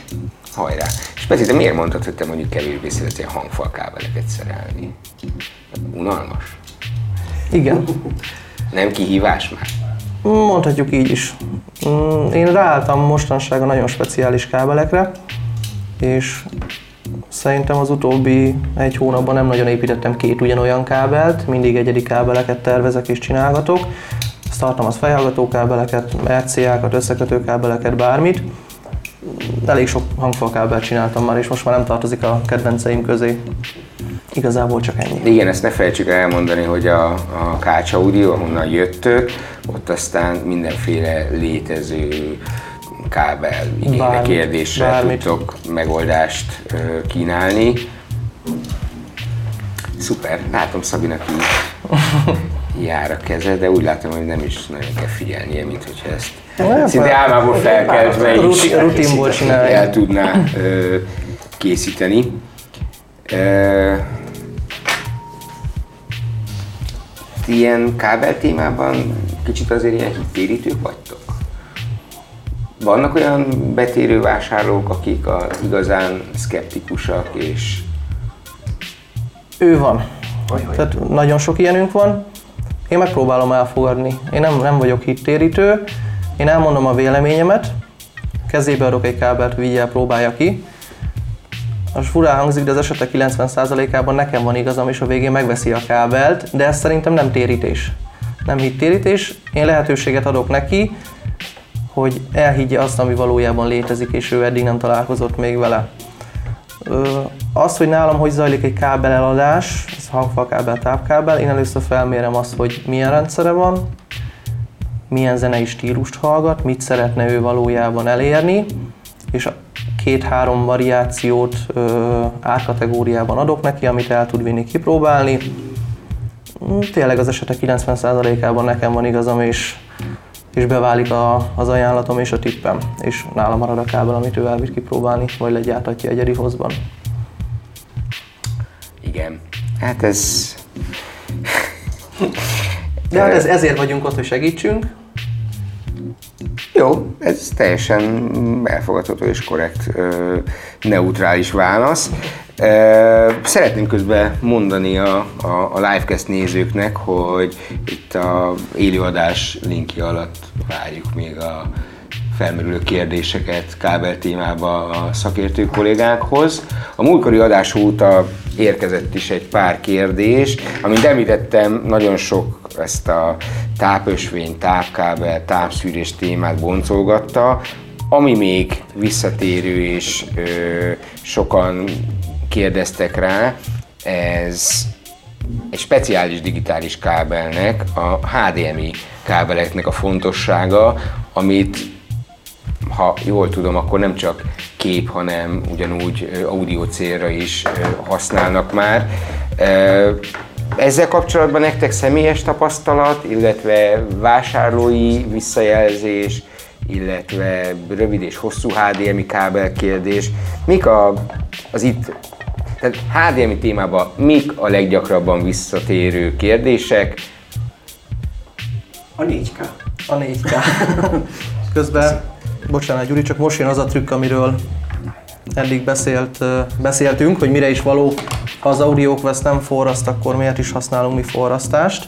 Hajrá! És Peti, te miért mondtad, hogy te mondjuk kevésbé szeretnél hangfal kábeleket szerelni? Unalmas? Igen. Nem kihívás már? Mondhatjuk így is. Én ráálltam mostanság a nagyon speciális kábelekre, és szerintem az utóbbi 1 hónapban nem nagyon építettem 2 ugyanolyan kábelt, mindig egyedi kábeleket tervezek és csinálgatok. Ezt tartalmaz fejhallgató kábeleket, RCA-kat, összekötő kábeleket, bármit. Elég sok hangfalkábelt csináltam már, és most már nem tartozik a kedvenceim közé. Igazából csak ennyi. Igen, ezt ne felejtsük elmondani, hogy a Kács Audio, ahonnan jöttök, ott aztán mindenféle létező kábel igényre, kérdésre tudtok megoldást kínálni. Szuper, látom Szabinak így jár a keze, de úgy látom, hogy nem is nagyon kell figyelnie, mint hogyha ezt szinte álmából felkeltve is el tudná készíteni. Ilyen kábel témában kicsit azért ilyen hittérítők vagytok? Vannak olyan betérő vásárlók, akik igazán szkeptikusak és... Ő van. Tehát nagyon sok ilyenünk van. Én megpróbálom elfogadni. Én nem vagyok hittérítő. Én elmondom a véleményemet, kezébe adok egy kábelt, vigyel, próbálja ki. Az furán hangzik, de az esetek 90%-ában nekem van igazam, és a végén megveszi a kábelt, de ez szerintem nem térítés. Nem hittérítés. Én lehetőséget adok neki, hogy elhiggye azt, ami valójában létezik, és ő eddig nem találkozott még vele. Az, hogy nálam hogy zajlik egy kábel eladás, ez hangfalkábel, távkábel, én először felmérem azt, hogy milyen rendszere van, milyen zenei stílust hallgat, mit szeretne ő valójában elérni, és 2-3 variációt árkategóriában adok neki, amit el tud vinni, kipróbálni. Tényleg az esetek 90%-ában nekem van igazam, és beválik az ajánlatom és a tippem, és nálam marad a kábel, amit ő elvitt kipróbálni, vagy legyártatja egyedi hozban. Igen, hát ez... De hát ezért vagyunk ott, hogy segítsünk. Jó, ez teljesen elfogadható és korrekt, neutrális válasz. Szeretném közben mondani a Livecast nézőknek, hogy itt a élőadás linkje alatt várjuk még a felmerülő kérdéseket kábel témába a szakértő kollégákhoz. A múltkori adás óta érkezett is egy pár kérdés, amint említettem, nagyon sok ezt a tápösvény, távkábel, távszűrés témát boncolgatta, ami még visszatérő és sokan kérdeztek rá, ez egy speciális digitális kábelnek, a HDMI kábeleknek a fontossága, amit, ha jól tudom, akkor nem csak kép, hanem ugyanúgy audio célra is használnak már. Ezzel kapcsolatban nektek személyes tapasztalat, illetve vásárlói visszajelzés, illetve rövid és hosszú HDMI kábel kérdés. Mik az itt, tehát HDMI témában mik a leggyakrabban visszatérő kérdések? A 4K. A 4K. Közben, bocsánat Gyuri, csak most jön az a trükk, amiről eddig beszéltünk, hogy mire is való, ha az AudioQuest nem forraszt, akkor miért is használunk mi forrasztást.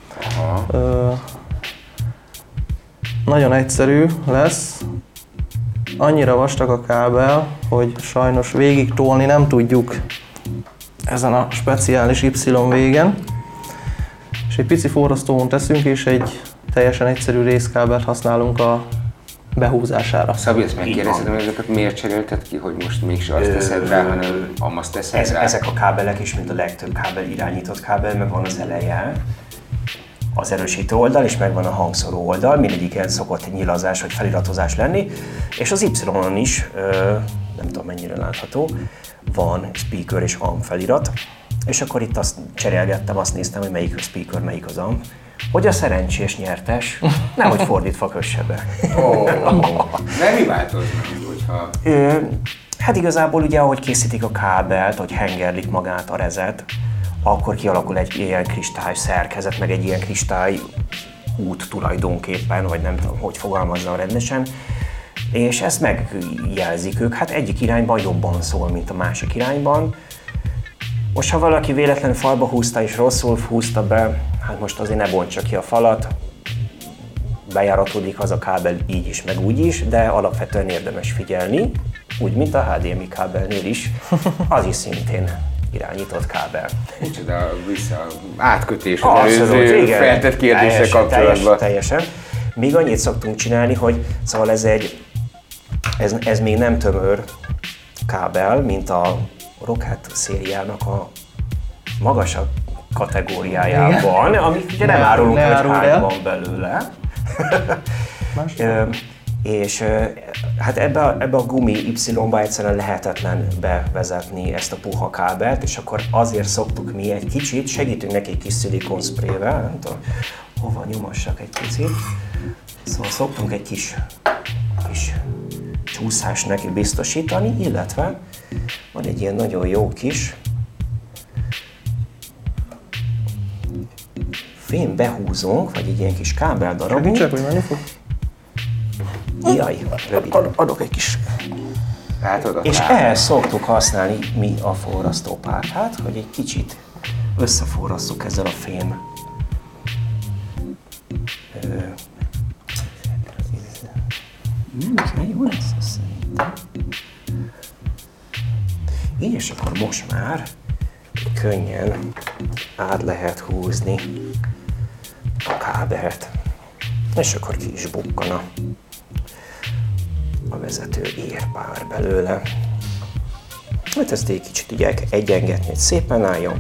Nagyon egyszerű lesz. Annyira vastag a kábel, hogy sajnos végig tolni nem tudjuk ezen a speciális Y végen. És egy pici forrasztóhont teszünk, és egy teljesen egyszerű részkábelt használunk a behúzására. Szabi, ezt megkérdezhetem, hogy ezeket miért cserélted ki, hogy most mégse azt teszed rá, hanem azt teszed rá? Ezek a kábelek is, mint a legtöbb kábel, irányított kábel, meg van az eleje, az erősítő oldal, és megvan a hangszóró oldal, mindegyiken szokott egy nyilazás vagy feliratozás lenni, és az Y-on is, nem tudom mennyire látható, van speaker és amp felirat, és akkor itt azt cserélgettem, azt néztem, hogy melyik a speaker, melyik az amp, hogy a szerencsés nyertes, nehogy fordítva kösse be. De mi változna, hogyha... Hát igazából ugye, ahogy készítik a kábelt, hogy hengerlik magát a rezet, akkor kialakul egy ilyen kristály szerkezet, meg egy ilyen kristály út tulajdonképpen, vagy nem tudom, hogy fogalmazzam rendesen, és ezt megjelzik ők. Hát egyik irányban jobban szól, mint a másik irányban. Most ha valaki véletlenül falba húzta és rosszul húzta be, hát most azért ne bontsa ki a falat, bejáratódik az a kábel így is, meg úgy is, de alapvetően érdemes figyelni, úgy, mint a HDMI kábelnél is, az is szintén irányított kábel. Micsoda átkötés az előző feltett kérdéssel kapcsolatban. Teljesen. Még annyit szoktunk csinálni, hogy szóval ez még nem tömör kábel, mint a Roccat szériának a magasabb kategóriájában, amit ugye nem árulunk, hogy hány van belőle. És hát ebbe a gumi Y-ba egyszerűen lehetetlen bevezetni ezt a puha kábelt, és akkor azért szoktuk mi egy kicsit, segítünk neki egy kis szilikonszprével, nem tudom, hova nyomassak egy picit. Szóval szoktunk egy kis csúszást neki biztosítani, illetve van egy ilyen nagyon jó kis fém behúzónk, vagy egy ilyen kis kábeldarabunk. Segítsek, hogy menni fog? Jaj, röviden. Adok egy kis. És ehhez szoktuk használni mi a forrasztópárkát, hogy egy kicsit összeforrasszuk ezzel a fém. Jó lesz szerintem. Így, és akkor most már könnyen át lehet húzni a kábelt, és akkor ki is bukkan a vezető érpár belőle. Hát ezt egy kicsit így egyengetni, hogy szépen álljon,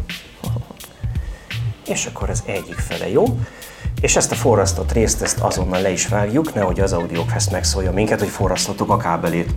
és akkor az egyik fele jó. És ezt a forrasztott részt ezt azonnal le is vágjuk, nehogy az AudioQuest megszólja minket, hogy forrasztottuk a kábelét.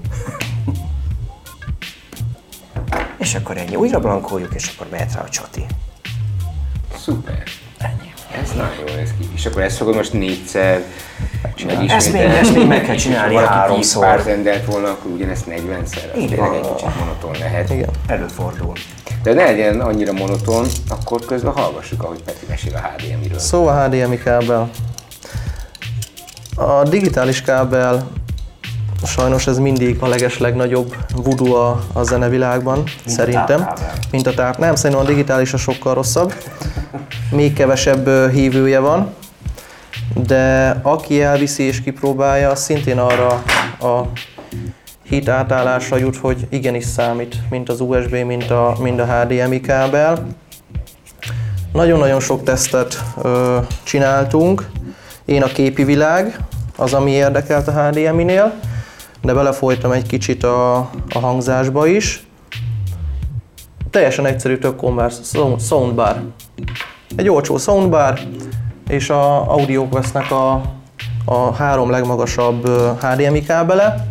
És akkor ennyi, újra blankoljuk, és akkor mehet rá a csati. Szuper. Ennyi. Ez nagyon jól néz ki. És akkor ezt fogod most 4-szer megismételni. Ezt még meg kell csinálni 3-szor. Ha valaki rendelt volna, akkor ugyanezt 40-szer. Az tényleg egy kicsit monoton lehet. Igen. Előfordul. De ne legyen annyira monoton, akkor közben hallgassuk, ahogy Peti mesél a HDMI-ről. Szóval HDMI kábel. A digitális kábel, sajnos ez mindig a legeslegnagyobb voodoo a zenevilágban, szerintem. Mint a táp. Nem, szerintem a digitális a sokkal rosszabb. Még kevesebb hívője van, de aki elviszi és kipróbálja, szintén arra a hit átállásra jut, hogy igenis számít, mint az USB, mint a HDMI kábel. Nagyon-nagyon sok tesztet csináltunk. Én a képi világ, az ami érdekelt a HDMI-nél, de belefolytam egy kicsit a hangzásba is. Teljesen egyszerű, tök konvers soundbar. Egy olcsó soundbar, és a AudioQuest-nek a 3 legmagasabb HDMI kábele.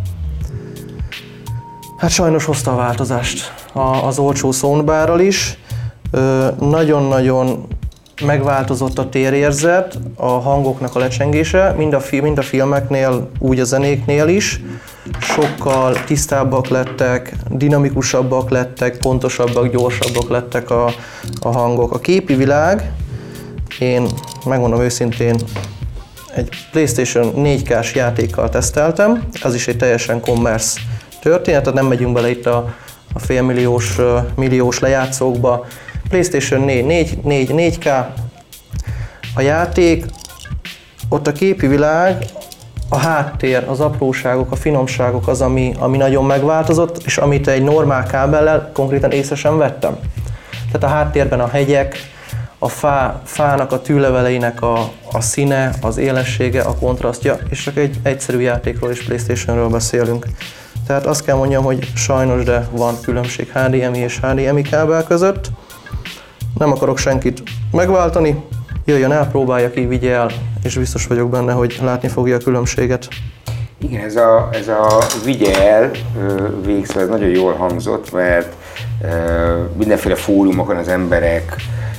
Hát sajnos hozta a változást az olcsó soundbarral is. Nagyon-nagyon megváltozott a térérzet, a hangoknak a lecsengése, mind a filmeknél, úgy a zenéknél is. Sokkal tisztábbak lettek, dinamikusabbak lettek, pontosabbak, gyorsabbak lettek a hangok. A képi világ, én megmondom őszintén, egy PlayStation 4K-s játékkal teszteltem, az is egy teljesen commerce történet, tehát nem megyünk bele itt a félmilliós, milliós lejátszókba. PlayStation 4K, a játék, ott a képi világ, a háttér, az apróságok, a finomságok az, ami nagyon megváltozott, és amit egy normál kábellel konkrétan észre sem vettem. Tehát a háttérben a hegyek, a fának, a tűleveleinek a színe, az élessége, a kontrasztja, és csak egy egyszerű játékról és PlayStationről beszélünk. Tehát azt kell mondjam, hogy sajnos, de van különbség HDMI és HDMI kábel között. Nem akarok senkit megváltani, jöjjön el, próbálja ki, vigye el, és biztos vagyok benne, hogy látni fogja a különbséget. Igen, ez a vigye el végszó, ez nagyon jól hangzott, mert mindenféle fórumokon az emberek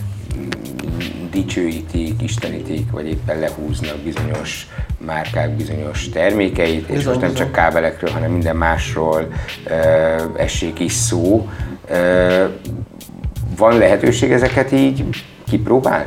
dicsőítik, istenítik, vagy éppen lehúznak bizonyos márkák bizonyos termékeit, és most nem csak kábelekről, hanem minden másról essék is szó. Van lehetőség ezeket így kipróbálni?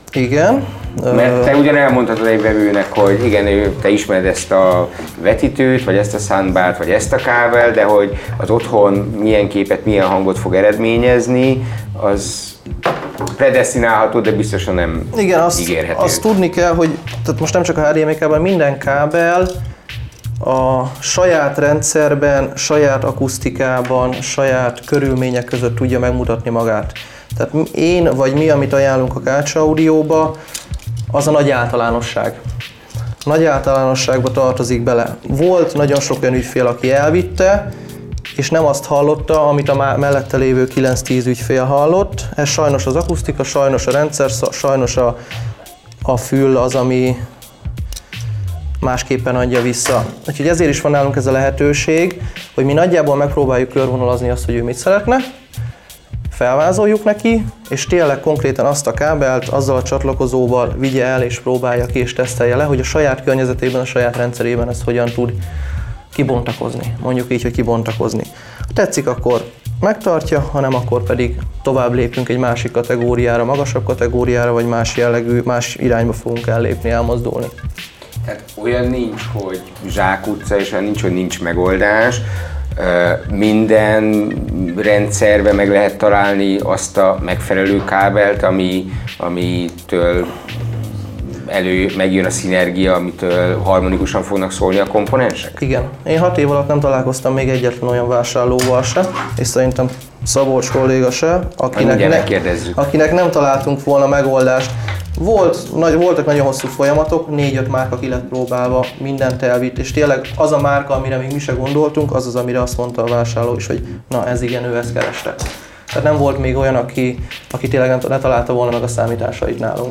Igen. Mert te ugyan elmondhatod egy vevőnek, hogy igen, te ismered ezt a vetítőt, vagy ezt a soundbart, vagy ezt a kábel, de hogy az otthon milyen képet, milyen hangot fog eredményezni, az predesztinálható, de biztosan nem ígérhető. Azt tudni kell, hogy tehát most nem csak a HDMI kábel, minden kábel a saját rendszerben, saját akusztikában, saját körülmények között tudja megmutatni magát. Tehát én vagy mi, amit ajánlunk a Kácsa Audióba, az a nagy általánosság. A nagy általánosságba tartozik bele. Volt nagyon sok olyan ügyfél, aki elvitte, és nem azt hallotta, amit a mellette lévő 9-10 ügyfél hallott. Ez sajnos az akusztika, sajnos a rendszer, sajnos a fül az, ami másképpen adja vissza. Úgyhogy ezért is van nálunk ez a lehetőség, hogy mi nagyjából megpróbáljuk körvonalazni azt, hogy ő mit szeretne, felvázoljuk neki, és tényleg konkrétan azt a kábelt azzal a csatlakozóval vigye el és próbálja ki és tesztelje le, hogy a saját környezetében, a saját rendszerében ezt hogyan tud kibontakozni. Mondjuk így, hogy kibontakozni. Ha tetszik, akkor megtartja, ha nem, akkor pedig tovább lépünk egy másik kategóriára, magasabb kategóriára, vagy más jellegű, más irányba fogunk ellépni, elmozdulni. Tehát olyan nincs, hogy zsákutca, és olyan nincs, hogy nincs megoldás. Minden rendszerben meg lehet találni azt a megfelelő kábelt, amitől megjön a szinergia, amitől harmonikusan fognak szólni a komponensek? Igen. Én 6 év alatt nem találkoztam még egyetlen olyan vásárlóval se, és szerintem Szabolcs kolléga se, akinek nem találtunk volna megoldást. Voltak nagyon hosszú folyamatok, 4-5 márka ki lett próbálva, mindent elvitt, és tényleg az a márka, amire még mi se gondoltunk, az, amire azt mondta a vásárló is, hogy na ez igen, ő ezt kereste. Tehát nem volt még olyan, aki tényleg ne találta volna meg a számításait nálunk.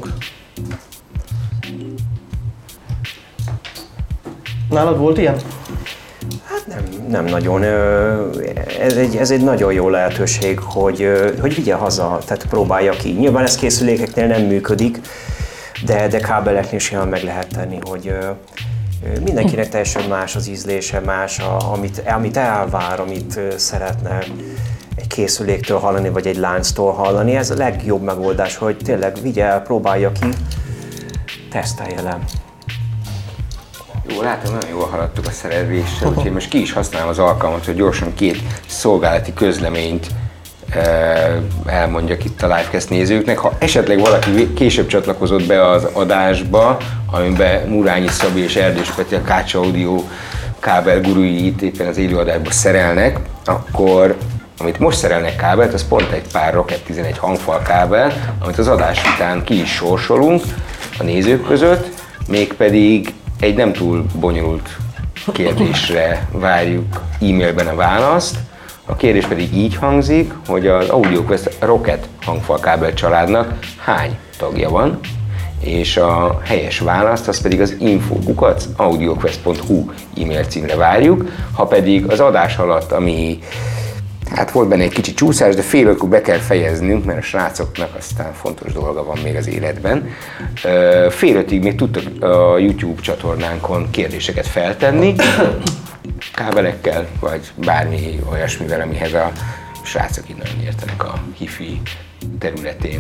Nálad volt ilyen? Hát nem nagyon. Ez egy nagyon jó lehetőség, hogy vigye haza, tehát próbálja ki. Nyilván ez készülékeknél nem működik, de kábeleknél is olyan meg lehet tenni, hogy mindenkinek teljesen más az ízlése, más, amit elvár, amit szeretne egy készüléktől hallani, vagy egy lánctól hallani. Ez a legjobb megoldás, hogy tényleg vigye el, próbálja ki, tesztelje le. Jó, látom, nagyon jól haladtuk a szerelvéssel, úgyhogy most ki is használom az alkalmat, hogy gyorsan 2 szolgálati közleményt elmondjak itt a Livecast nézőknek. Ha esetleg valaki később csatlakozott be az adásba, amiben Murányi Szabi és Erdős Peti, a Kácsa Audio kábel gurui itt éppen az élőadásban szerelnek, akkor amit most szerelnek kábelt, az pont egy pár Rocket 11 hangfal kábel, amit az adás után ki is sorsolunk a nézők között, mégpedig egy nem túl bonyolult kérdésre várjuk e-mailben a választ. A kérdés pedig így hangzik, hogy az AudioQuest Rocket hangfalkábel családnak hány tagja van, és a helyes választ az pedig az info@audioquest.hu e-mail címre várjuk. Ha pedig az adás alatt, ami hát volt benne egy kicsi csúszás, de fél 5-kor be kell fejeznünk, mert a srácoknak aztán fontos dolga van még az életben. Fél 5-ig még tudtak a YouTube csatornánkon kérdéseket feltenni, kábelekkel, vagy bármi olyasmivel, amihez a srácok itt nagyon értenek a hifi területén.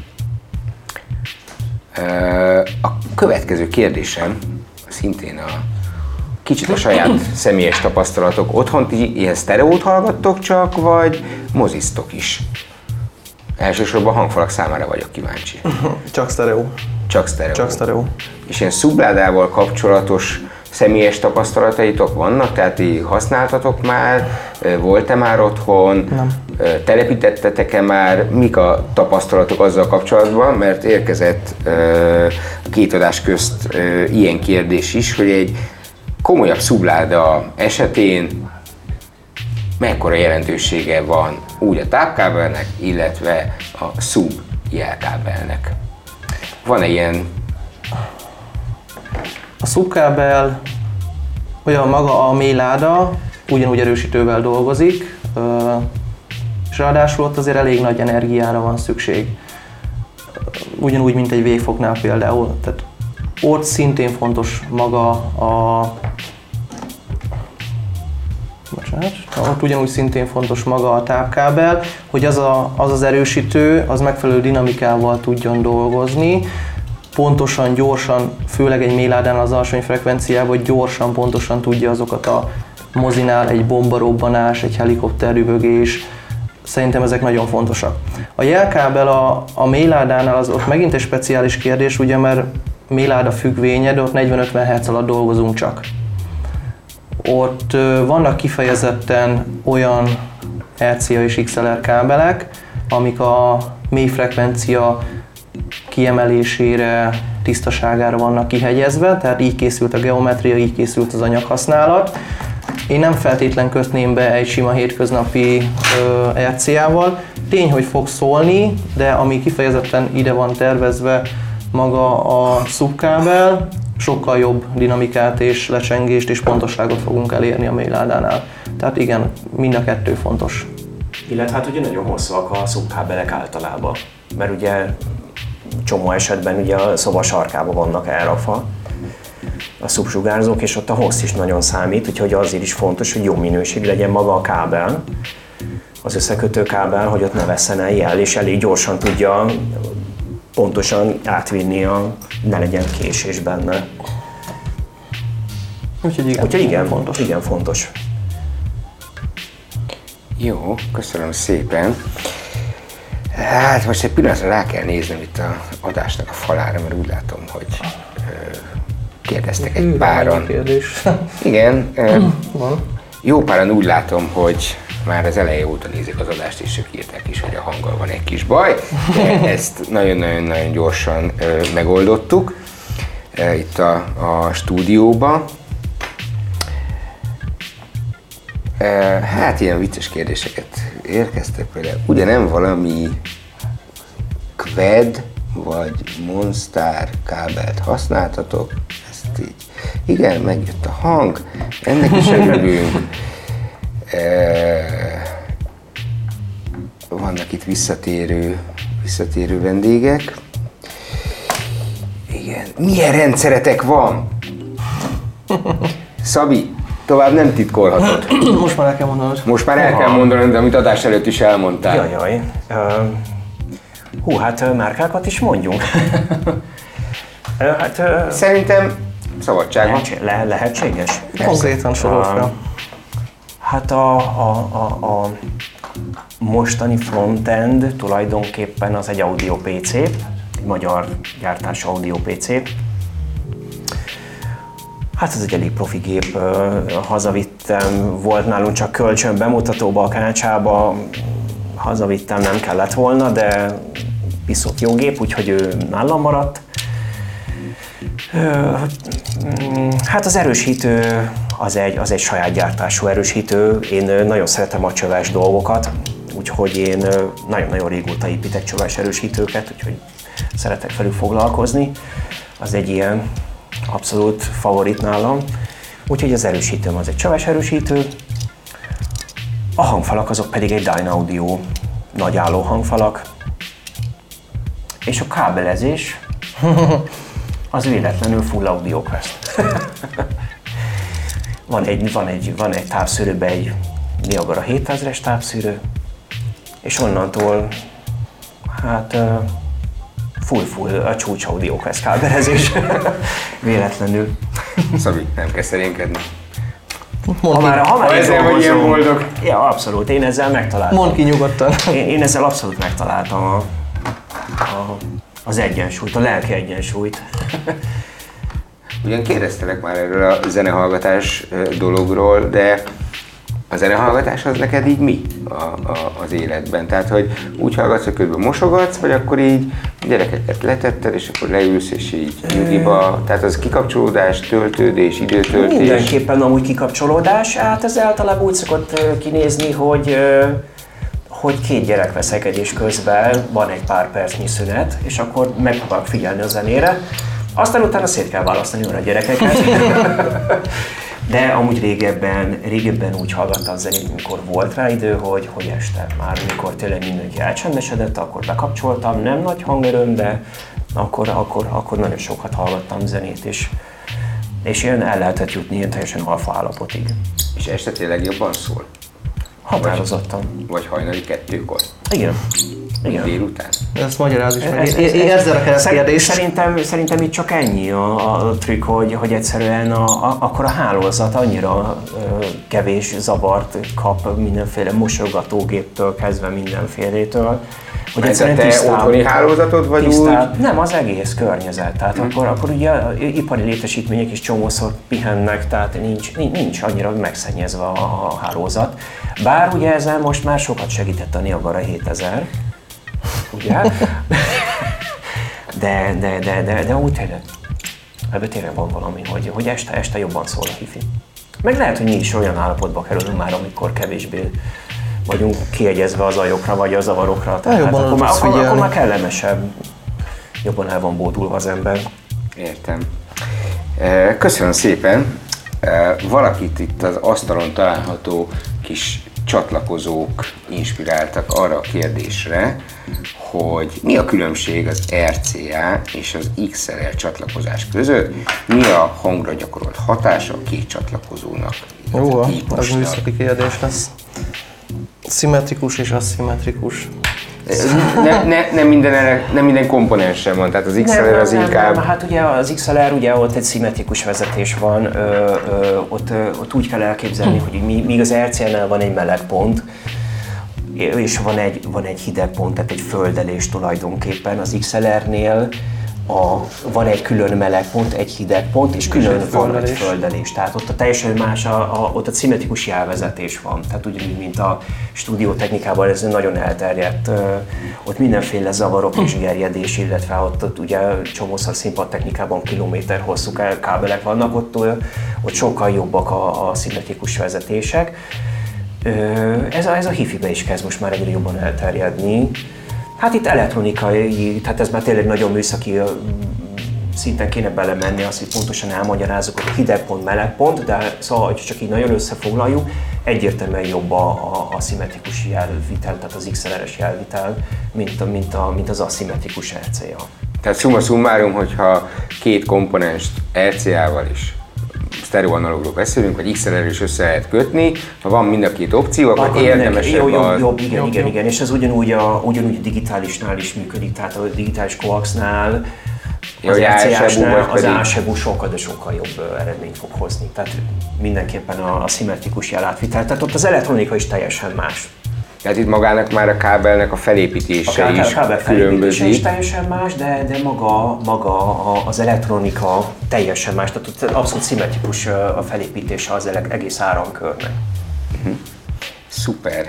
A következő kérdésem szintén kicsit a saját személyes tapasztalatok. Otthon ti ilyen sztereót hallgattok csak, vagy moziztok is? Elsősorban a hangfalak számára vagyok kíváncsi. Csak sztereó. Csak sztereó. Csak sztereó. És ilyen szubládával kapcsolatos személyes tapasztalataitok vannak? Tehát ti használtatok már? Volt-e már otthon? Nem. Telepítettetek-e már? Mik a tapasztalatok azzal kapcsolatban? Mert érkezett a 2 adás közt ilyen kérdés is, hogy egy komolyabb szubláda esetén mekkora jelentősége van úgy a tápkábelnek, illetve a szub jelkábelnek. Van-e ilyen? A szubkábel, olyan maga a mély láda ugyanúgy erősítővel dolgozik, és ráadásul ott azért elég nagy energiára van szükség. Ugyanúgy, mint egy végfognál például. Tehát ott szintén fontos maga ott ugyanúgy szintén fontos maga a tápkábel, hogy az erősítő, az megfelelő dinamikával tudjon dolgozni, pontosan, gyorsan, főleg egy mélydánál az alacsony frekvenciában, hogy gyorsan, pontosan tudja azokat a mozinál, egy bombarobbanás, egy helikopterüvögés, szerintem ezek nagyon fontosak. A jelkábel a mélydánál az ott megint egy speciális kérdés, ugye, mert mélyláda függvénye, de ott 40-50 Hz alatt dolgozunk csak. Ott vannak kifejezetten olyan RCA és XLR kábelek, amik a mély frekvencia kiemelésére, tisztaságára vannak kihegyezve, tehát így készült a geometria, így készült az anyaghasználat. Én nem feltétlen kötném be egy sima hétköznapi RCA-val. Tény, hogy fog szólni, de ami kifejezetten ide van tervezve, maga a szubkábel, sokkal jobb dinamikát és lecsengést és pontosságot fogunk elérni a mélyládánál. Tehát igen, mind a kettő fontos. Illetve hát ugye nagyon hosszúak a szubkábelek általában, mert ugye csomó esetben ugye a szoba sarkában vannak elrakva a szubsugárzók, és ott a hossz is nagyon számít, úgyhogy azért is fontos, hogy jó minőség legyen maga a kábel, az összekötő kábel, hogy ott ne vesszen el, és elég gyorsan tudja pontosan átvinni, ne legyen késés benne. Úgyhogy igen, fontos. Igen, fontos. Jó, köszönöm szépen. Hát most egy pillanatra rá kell néznem itt az adásnak a falára, mert úgy látom, hogy kérdeztek egy páran. Igen, jó páran úgy látom, hogy már az eleje óta nézik az adást, és ők írták is, hogy a hanggal van egy kis baj. De ezt nagyon-nagyon gyorsan megoldottuk itt a stúdióban. Hát ilyen vicces kérdéseket érkeztek például. Ugye nem valami Qued vagy Monstar kábelt használtatok? Ezt így. Igen, megjött a hang, ennek is örülünk. Vannak itt visszatérő vendégek. Igen. Milyen rendszeretek van? Szabi, tovább nem titkolhatod. Most már el kell mondanod. Most már el kell mondanod, de amit adás előtt is elmondtál. Jaj. Hát márkákat is mondjunk. Szerintem szabadság van. Lehetséges? Konkrétan sorol fel. Hát a mostani frontend tulajdonképpen az egy audio PC, egy magyar gyártású audio PC. Hát ez egy elég profi gép, hazavittem, volt nálunk csak kölcsön bemutatóba a Kácsába, hazavittem, nem kellett volna, de piszok jó gép, úgyhogy ő nálam maradt. Hát az erősítő az egy saját gyártású erősítő. Én nagyon szeretem a csöves dolgokat, úgyhogy én nagyon-nagyon régóta építek csöves erősítőket, úgyhogy szeretek velük foglalkozni. Az egy ilyen abszolút favorit nálam. Úgyhogy az erősítőm az egy csöves erősítő. A hangfalak azok pedig egy Dynaudio nagyálló hangfalak. És a kábelezés az véletlenül full Audio Quest. van egy távszűrőben egy Niagara 7000-es távszűrő, és onnantól hát full a csúcs Audio Quest kábelezés. Véletlenül. Szabi, nem kell szerénykedni. Ha már ezzel vagy ilyen boldog. Ja, abszolút, én ezzel megtaláltam. Mondd ki nyugodtan. Én ezzel abszolút megtaláltam az egyensúlyt, a lelki egyensúlyt. Ugyan kérdeztelek már erről a zenehallgatás dologról, de a zenehallgatás az neked így mi az életben? Tehát, hogy úgy hallgatsz, hogy közben mosogatsz, vagy akkor így gyerekeket letetted, és akkor leülsz, és így nyugiba, tehát az kikapcsolódás, töltődés, időtöltés? Mindenképpen amúgy kikapcsolódás, hát ez általában úgy szokott kinézni, hogy két gyerek veszekedés közben van egy pár percnyi szünet, és akkor megpróbálok figyelni a zenére. Aztán utána szét kell választani a gyerekeket. De amúgy régebben úgy hallgattam zenét, mikor volt rá idő, hogy este már, mikor tényleg mindenki elcsendesedett, akkor bekapcsoltam, nem nagy hangerőm, de akkor nagyon sokat hallgattam zenét, és És ilyen el lehetett jutni ilyen teljesen alfa állapotig. És este tényleg jobban szól? Határozottan. Vagy hajnali 2-kor? Igen. Igen. Délután? Ezt magyaráz is meg. Ezzel a keresztkérdést. Szerintem itt csak ennyi a trükk, hogy egyszerűen akkor a hálózat annyira kevés zavart kap mindenféle mosogatógéptől kezdve mindenfélétől, hogy egyszerűen te otthoni hálózatod vagy úgy? Nem, az egész környezet. Tehát akkor ugye ipari létesítmények is csomószor pihennek, tehát nincs annyira megszennyezve a hálózat. Bár ugye ezzel most már sokat segített a Niagara 7000, ugye? De úgy tényleg, ebben tényleg van valami, hogy este jobban szól a hifi. Meg lehet, hogy mi is olyan állapotba kerülünk már, amikor kevésbé vagyunk kiegyezve az ajokra vagy a zavarokra. Tehát akkor már kellemesebb, jobban el van bódulva az ember. Értem. Köszönöm szépen. Valakit itt az asztalon található kis csatlakozók inspiráltak arra a kérdésre, hogy mi a különbség az RCA és az XLR csatlakozás között, mi a hangra gyakorolt hatása a két csatlakozónak. Jó, az műszaki kérdés lesz. Szimmetrikus és aszimmetrikus. Nem minden komponensen van, tehát az XLR az inkább... Nem, hát ugye az XLR, ugye ott egy szimmetrikus vezetés van, ott úgy kell elképzelni, hogy míg az RCA-nál van egy meleg pont, és van egy hideg pont, tehát egy földelés tulajdonképpen, az XLR-nél van egy külön meleg pont, egy hideg pont, és külön van egy földelés. Tehát ott a teljesen más, ott a szimmetrikus jelvezetés van. Tehát ugyanúgy, mint a stúdiótechnikában ez nagyon elterjedt. Ott mindenféle zavarok és gerjedés, illetve ott ugye csomószor színpadtechnikában kilométer hosszú kábelek vannak, ott sokkal jobbak a szimmetrikus vezetések. Ez a hifibe is kezd most már egyre jobban elterjedni. Hát itt elektronikai, tehát ez már tényleg nagyon műszaki szinten kéne belemenni, azt, hogy pontosan elmagyarázzuk, hogy hideg pont, meleg pont, de szóval, hogy csak így nagyon összefoglaljuk, egyértelműen jobb a szimmetrikus jelvitel, tehát az XLR-es jelvitel, mint az aszimmetrikus RCA. Tehát summa summarum, hogyha két komponenst RCA-val is sztereoanalógról beszélünk, vagy XLR-rel is össze lehet kötni, ha van mind a két opció, akkor érdemesebb jobb, igen, és ez ugyanúgy a digitálisnál is működik, tehát a digitális coaxnál, az RCA-snál az ASEBU sokkal jobb eredményt fog hozni, tehát mindenképpen a szimmetrikus jelátvitel, tehát ott az elektronika is teljesen más. Tehát itt magának már a kábelnek a felépítése is különbözik. Is teljesen más, de maga az elektronika teljesen más, tehát ott abszolút szimmetrikus a felépítése az egész áramkörnek. Szuper.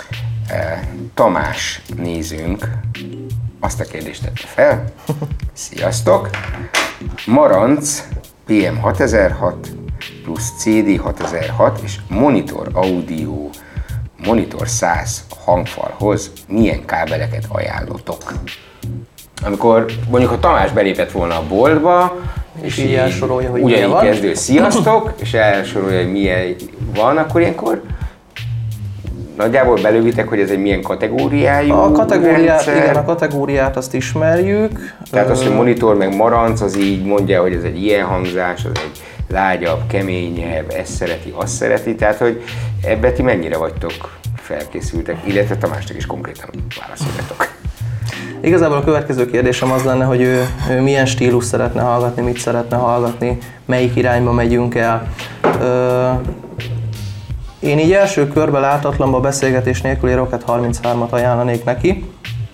Tamás nézőnk azt a kérdést tette fel. Sziasztok! Marantz PM6006 plusz CD6006 és monitor audio Monitor 100 hangfalhoz milyen kábeleket ajánlotok? Amikor mondjuk a Tamás belépett volna a boltba, és így elsorolja, hogy ugyanígy kezdő sziasztok, és elsorolja, hogy milyen van, akkor ilyenkor nagyjából belővitek, hogy ez egy milyen kategóriájú rendszer? Igen, a kategóriát azt ismerjük. Tehát az, hogy monitor meg Marantz, az így mondja, hogy ez egy ilyen hangzás, az egy lágyabb, keményebb, ezt szereti, azt szereti, tehát hogy ebbe ti mennyire vagytok felkészültek, illetve Tamásnak is konkrétan válaszoljatok. Igazából a következő kérdésem az lenne, hogy ő milyen stílus szeretne hallgatni, mit szeretne hallgatni, melyik irányba megyünk el. Én így első körben látatlanban beszélgetés nélkül egy Roccat 33-at ajánlanék neki.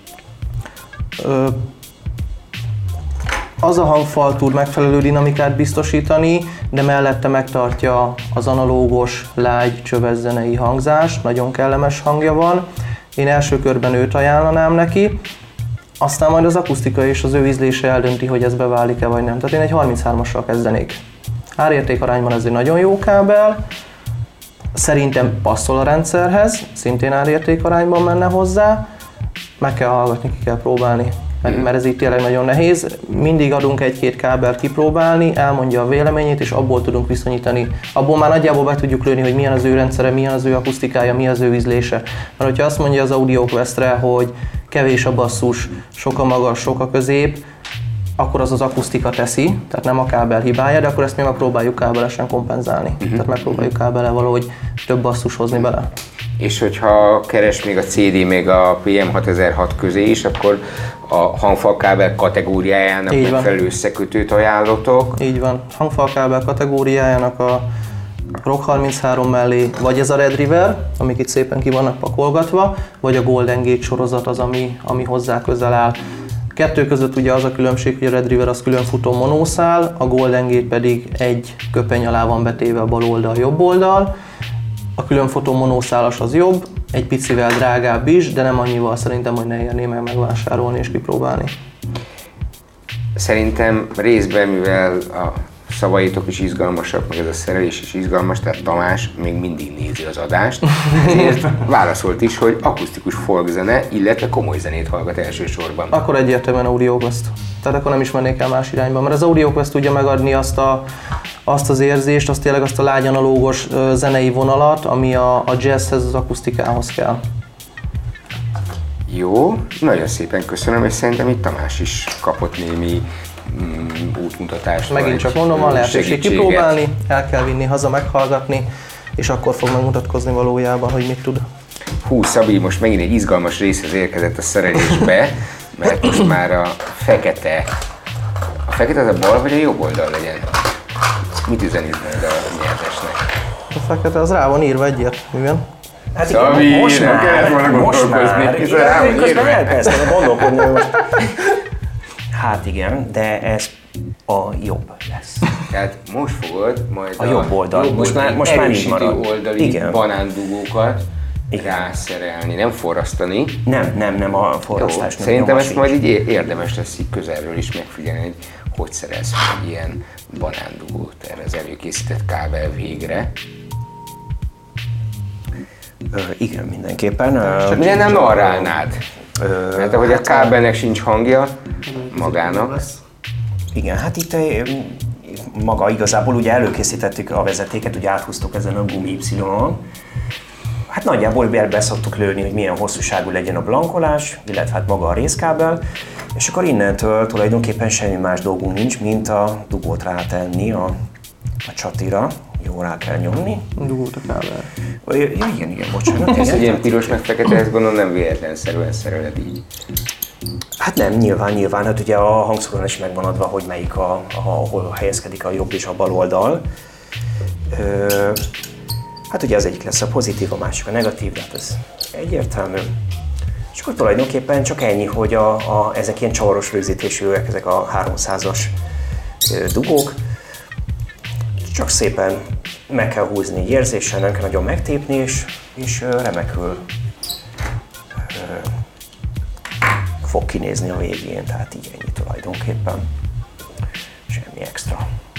Az a hangfal tud megfelelő dinamikát biztosítani, de mellette megtartja az analógos, lágy, csöves zenei hangzást, nagyon kellemes hangja van. Én első körben őt ajánlanám neki, aztán majd az akusztika és az ő ízlése eldönti, hogy ez beválik-e vagy nem. Tehát én egy 33-assal kezdenék. Árérték arányban ez egy nagyon jó kábel, szerintem passzol a rendszerhez, szintén árérték arányban menne hozzá, meg kell hallgatni, ki kell próbálni. Mert ez így tényleg nagyon nehéz. Mindig adunk egy-két kábelt kipróbálni, elmondja a véleményét, és abból tudunk viszonyítani. Abból már nagyjából be tudjuk lőni, hogy milyen az ő rendszere, milyen az ő akusztikája, mi az ő ízlése. Mert hogyha azt mondja az AudioQuestre, hogy kevés a basszus, sok a magas, sok a közép, akkor az akusztika teszi, tehát nem a kábel hibája, de akkor ezt mi megpróbáljuk kábelesen kompenzálni. Tehát megpróbáljuk kábele valahogy több basszus hozni bele. És hogyha keres még a CD még a PM6006 közé is, akkor a hangfalkábel kategóriájának megfelelő összekötőt ajánlotok. Így van. Hangfalkábel kategóriájának a Rock 33 mellé vagy ez a Red River, amik itt szépen ki vannak pakolgatva, vagy a Golden Gate sorozat az, ami hozzá közel áll. Kettő között ugye az a különbség, hogy a Red River az külön futó monószál, a Golden Gate pedig egy köpeny alá van betéve a bal oldal, jobb oldal. A különfutó monószálas az jobb, egy picivel drágább is, de nem annyival szerintem, hogy ne érné meg megvásárolni és kipróbálni. Szerintem részben, mivel a szavaitok is izgalmasak, meg ez a szerelés is izgalmas, tehát Tamás még mindig nézi az adást, ezért válaszolt is, hogy akusztikus folkzene, illetve komoly zenét hallgat elsősorban. Akkor egyértelműen AudioQuest. Tehát akkor nem is mennék el más irányba, mert az AudioQuest tudja megadni azt az érzést, azt tényleg azt a lágy analógos zenei vonalat, ami a jazzhez, az akusztikához kell. Jó, nagyon szépen köszönöm, és szerintem itt Tamás is kapott némi útmutatást. Megint csak mondom, van lehetőség kipróbálni, el kell vinni haza, meghallgatni, és akkor fog megmutatkozni valójában, hogy mit tud. Hú, Szabi, most megint egy izgalmas részhez érkezett a szerelésbe, mert most már a fekete az a bal vagy a jobb oldal legyen? Mit üzenít majd a nyertesnek? A fekete az rá van írva egyértelműen. Hát Szabi, igen, most nem kellett volna gondolkozni, hiszen rá van közben írva. elkezdtem gondolkodni, hogy hát igen, de ez a jobb lesz. Tehát most fogod majd A jobb oldal. Most már így erősítő marad. oldali Igen. banándugókat Igen. rászerelni, nem forrasztani. Nem a forrasztás. Jó, szerintem ezt majd így érdemes lesz így közelről is megfigyelni, hogy szerez meg ilyen banándugót erre az előkészített kábel végre. Igen, mindenképpen. Miért nem narrálnád? Mert ahogy a kábelnek sincs hangja magának. Igen, hát itt maga igazából ugye előkészítettük a vezetéket, ugye áthúztuk ezen a gumi Y-on. Hát nagyjából be szoktuk lőni, hogy milyen hosszúságú legyen a blankolás, illetve hát maga a részkábel, és akkor innentől tulajdonképpen semmi más dolgunk nincs, mint a dugót rátenni a csatira. Jó, rá kell nyomni. Dugót a kábel. Ja, igen, bocsánat. Ez egy ilyen piros meg fekete, ezt gondolom nem véletlenszerűen szereled így. Hát nem, nyilván, hát ugye a hangszoron is megvan adva, hogy melyik ahol helyezkedik a jobb és a bal oldal. Hát ugye az egyik lesz a pozitív, a másik a negatív, de hát ez egyértelmű. És akkor tulajdonképpen csak ennyi, hogy ezek ilyen csavaros rögzítésűek, ezek a 300-as dugók. Csak szépen meg kell húzni egy érzéssel, nem kell nagyon megtépni, és remekül fog kinézni a végén, tehát így ennyi tulajdonképpen. Semmi extra.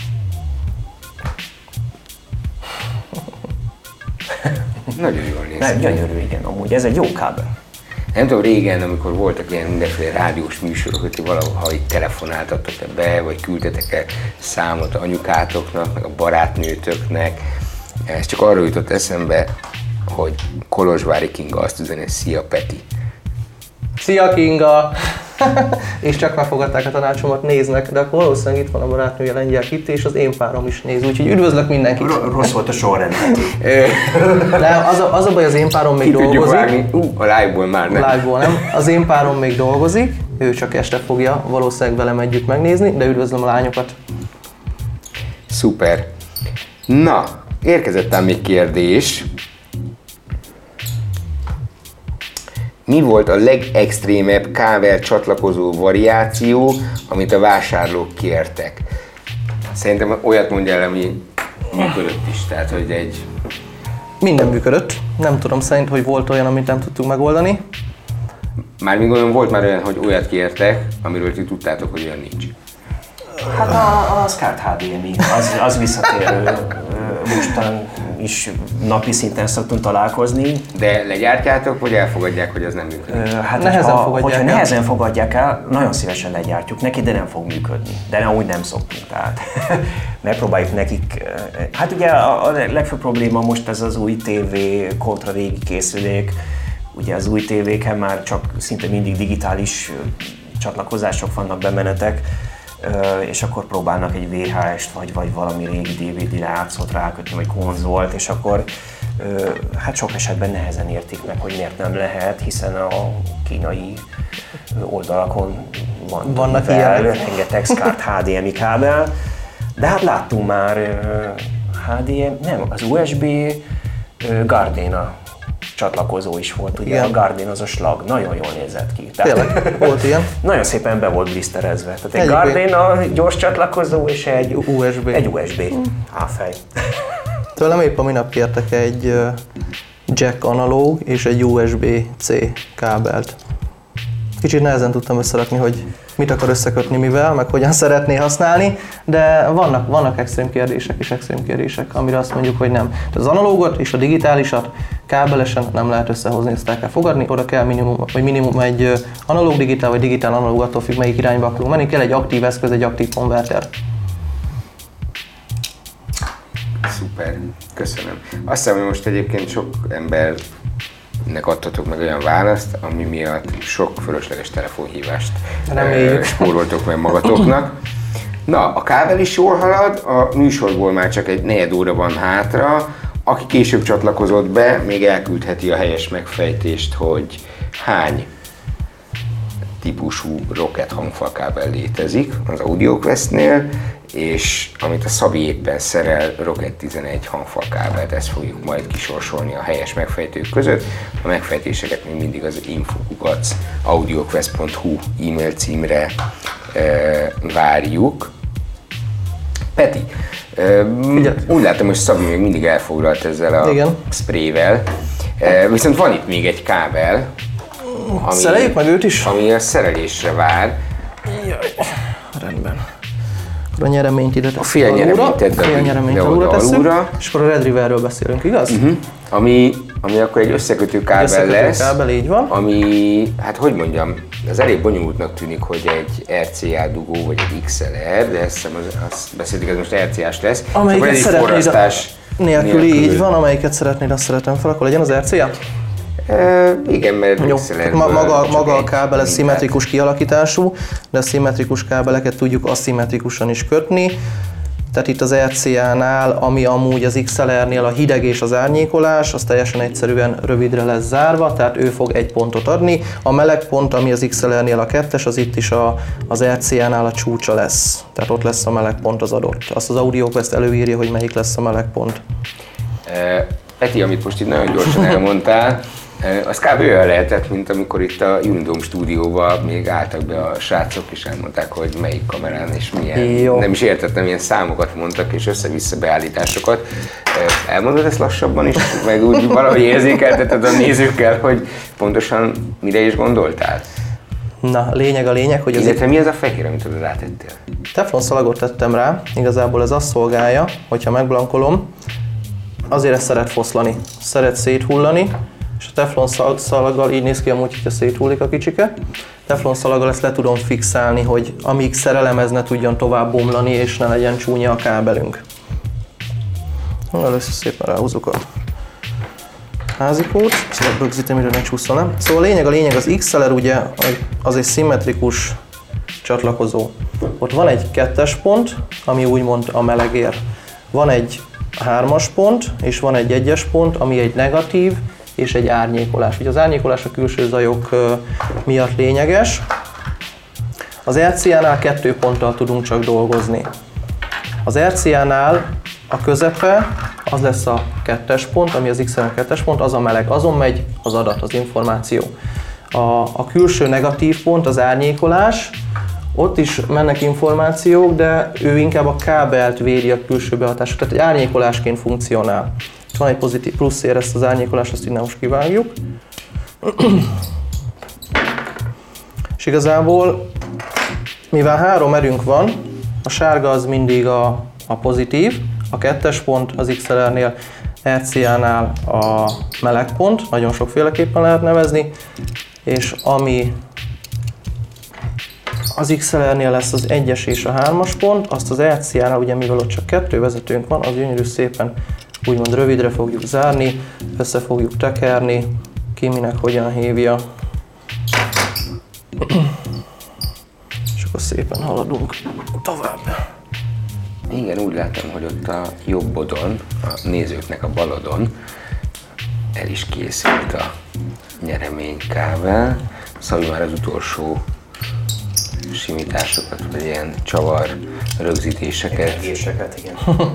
Nagyon jól néz Nem, ki. gyönyörű, igen, amúgy ez egy jó kábel. Nem tudom, régen, amikor voltak ilyen mindenféle rádiós műsorok, hogy valaha itt telefonáltatok be, vagy küldtetek-e számot anyukátoknak, meg a barátnőtöknek. Ez csak arra jutott eszembe, hogy Kolozsvári Kinga azt üzeni, hogy szia Peti. Szia Kinga! És csak megfogadták a tanácsomat, néznek, de akkor valószínűleg itt van a barátnője, Lengyel Kitti, és az én párom is néz, úgyhogy üdvözlök mindenkit! Rossz volt a sorrend. Nem, az a baj, az én párom még Ki tudjuk dolgozik. vágni? A live-ból már nem. Live-ból nem. Az én párom még dolgozik, ő csak este fogja valószínűleg velem együtt megnézni, de üdvözlöm a lányokat. Szuper. Na, érkezett ám még kérdés. Mi volt a legextrémebb kábel csatlakozó variáció, amit a vásárlók kértek? Szerintem olyat mondja el, ami működött is, tehát hogy egy... Minden működött. Nem tudom, szerint, hogy volt olyan, amit nem tudtuk megoldani. Már még olyan volt már olyan, hogy olyat kértek, amiről ti tudtátok, hogy olyan nincs. Hát a SCART HDMI, az visszatérő. Mostan is napi szinten szoktunk találkozni. De legyártjátok, vagy elfogadják, hogy az nem működik? Hát Nehezen fogadják hogyha el. nehezen fogadják el, nagyon szívesen legyártjuk neki, de nem fog működni. De úgy nem szoktunk, tehát megpróbáljuk nekik. Hát ugye a legfőbb probléma most ez az új TV kontra régi készülék. Ugye az új tévéken már csak szinte mindig digitális csatlakozások vannak, bemenetek. és akkor próbálnak egy VHS-t vagy valami régi DVD lejátszót rákötni, vagy konzolt, és akkor hát sok esetben nehezen értik meg, hogy miért nem lehet, hiszen a kínai oldalakon vannak rengeteg SCART HDMI kábel, de hát láttunk már az USB Gardena csatlakozó is volt, ugye igen. A Gardena az a slag, nagyon jól nézett ki. Tényleg, volt ilyen? Nagyon szépen be volt bliszterezve. Tehát egy Gardena gyors csatlakozó és egy USB. Áfej. Tőlem épp a minap kértek egy jack analóg és egy USB-C kábelt. Kicsit nehezen tudtam összerakni, hogy mit akar összekötni mivel, meg hogyan szeretné használni, de vannak extrém kérdések, amire azt mondjuk, hogy nem. Tehát az analógot és a digitálisat kábelesen nem lehet összehozni, ezt el kell fogadni, oda kell minimum egy analóg digitál, vagy digitál analóg, attól függ, melyik irányba akarunk menni, kell egy aktív eszköz, egy aktív konverter. Szuper, köszönöm. Azt hiszem, hogy most egyébként sok embernek adtatok meg olyan választ, ami miatt sok fölösleges telefonhívást spóroltok meg magatoknak. Na, a kábel is jól halad, a műsorból már csak egy negyed óra van hátra. Aki később csatlakozott be, még elküldheti a helyes megfejtést, hogy hány típusú Roccat hangfalkábel létezik az AudioQuest-nél, és amit a Szabi éppen szerel, Roccat 11 hangfalkábelt, ezt fogjuk majd kisorsolni a helyes megfejtők között. A megfejtéseket még mindig az info@audioquest.hu e-mail címre várjuk. Peti, úgy látom, hogy Szabi még mindig elfoglalt ezzel a sprayvel, viszont van itt még egy kábel, szereljük meg őt is? Ami a szerelésre vár. Jaj, rendben. Akkor a nyereményt ide tesszük a félnyereményt alulra tesszük, és akkor a Red Riverről beszélünk, igaz? Ami akkor egy összekötő kábel lesz, kábel, így van. Ami, hát hogy mondjam, ez elég bonyolultnak tűnik, hogy egy RCA dugó vagy egy XLR, de azt beszéltük, ez most RCA-s lesz. Amelyiket szeretnéd nélküli, így van, amelyiket szeretnéd, azt szeretem fel, akkor legyen az RCA? Igen, mert XLR-ből maga a kábel ez szimmetrikus kialakítású, de a szimmetrikus kábeleket tudjuk aszimmetrikusan is kötni. Tehát itt az RCA-nál, ami amúgy az XLR-nél a hideg és az árnyékolás, az teljesen egyszerűen rövidre lesz zárva, tehát ő fog egy pontot adni. A meleg pont, ami az XLR-nél a 2-es, az itt is az RCA-nál a csúcsa lesz. Tehát ott lesz a meleg pont az adott. Azt az AudioQuest előírja, hogy melyik lesz a meleg pont. Peti, amit most itt nagyon gyorsan elmondtál, az kb. Olyan lehetett, mint amikor itt a Unidome stúdióban még álltak be a srácok, és elmondták, hogy melyik kamerán és milyen. Jó. Nem is értettem, milyen számokat mondtak, és össze-vissza beállításokat. Elmondod ezt lassabban is, meg úgy valahogy érzékelteted a nézőkkel, hogy pontosan mire is gondoltál? Na, a lényeg, hogy... Illetve mi ez a fehér, amit oda rátettél? Teflon szalagot tettem rá, igazából ez azt szolgálja, hogyha megblankolom, azért ezt szeret foszlani, szeret széthullani, és a teflon szalaggal így néz ki amúgy, hogyha széthullik a kicsike. Teflon szalaggal ezt le tudom fixálni, hogy amíg szerelemez ne tudjon tovább bomlani, és ne legyen csúnya a kábelünk. Először szépen ráhúzzuk a házikót, szóval rögzítem, mire ne csúszol, nem? Szóval a lényeg az XLR ugye az egy szimmetrikus csatlakozó. Ott van egy 2-es pont, ami úgymond a melegér. Van egy 3-as pont, és van egy 1-es pont, ami egy negatív, és egy árnyékolás. Ugye az árnyékolás a külső zajok miatt lényeges. Az RCA-nál 2 ponttal tudunk csak dolgozni. Az RCA-nál a közepe az lesz a 2-es pont, ami az XLR 2-es pont, az a meleg, azon megy az adat, az információ. A külső negatív pont az árnyékolás, ott is mennek információk, de ő inkább a kábelt védi a külső behatásra, tehát egy árnyékolásként funkcionál. Van egy pozitív pluszér, ezt az árnyékolást azt innen most kivágjuk. És igazából, mivel 3 erőnk van, a sárga az mindig a pozitív, a 2-es pont az XLR-nél, RCA-nál a meleg pont, nagyon sokféleképpen lehet nevezni, és ami az XLR-nél lesz az 1-es és a 3-as pont, azt az RCA-nál, ugye mivel ott csak 2 vezetőnk van, az gyönyörű szépen úgymond rövidre fogjuk zárni, össze fogjuk tekerni, ki minek hogyan hívja. És akkor szépen haladunk tovább. Igen, úgy látom, hogy ott a jobbodon, a nézőknek a balodon el is készült a nyereménykábel. Szabi már az utolsó simításokat, vagy ilyen csavar rögzítéseket igen.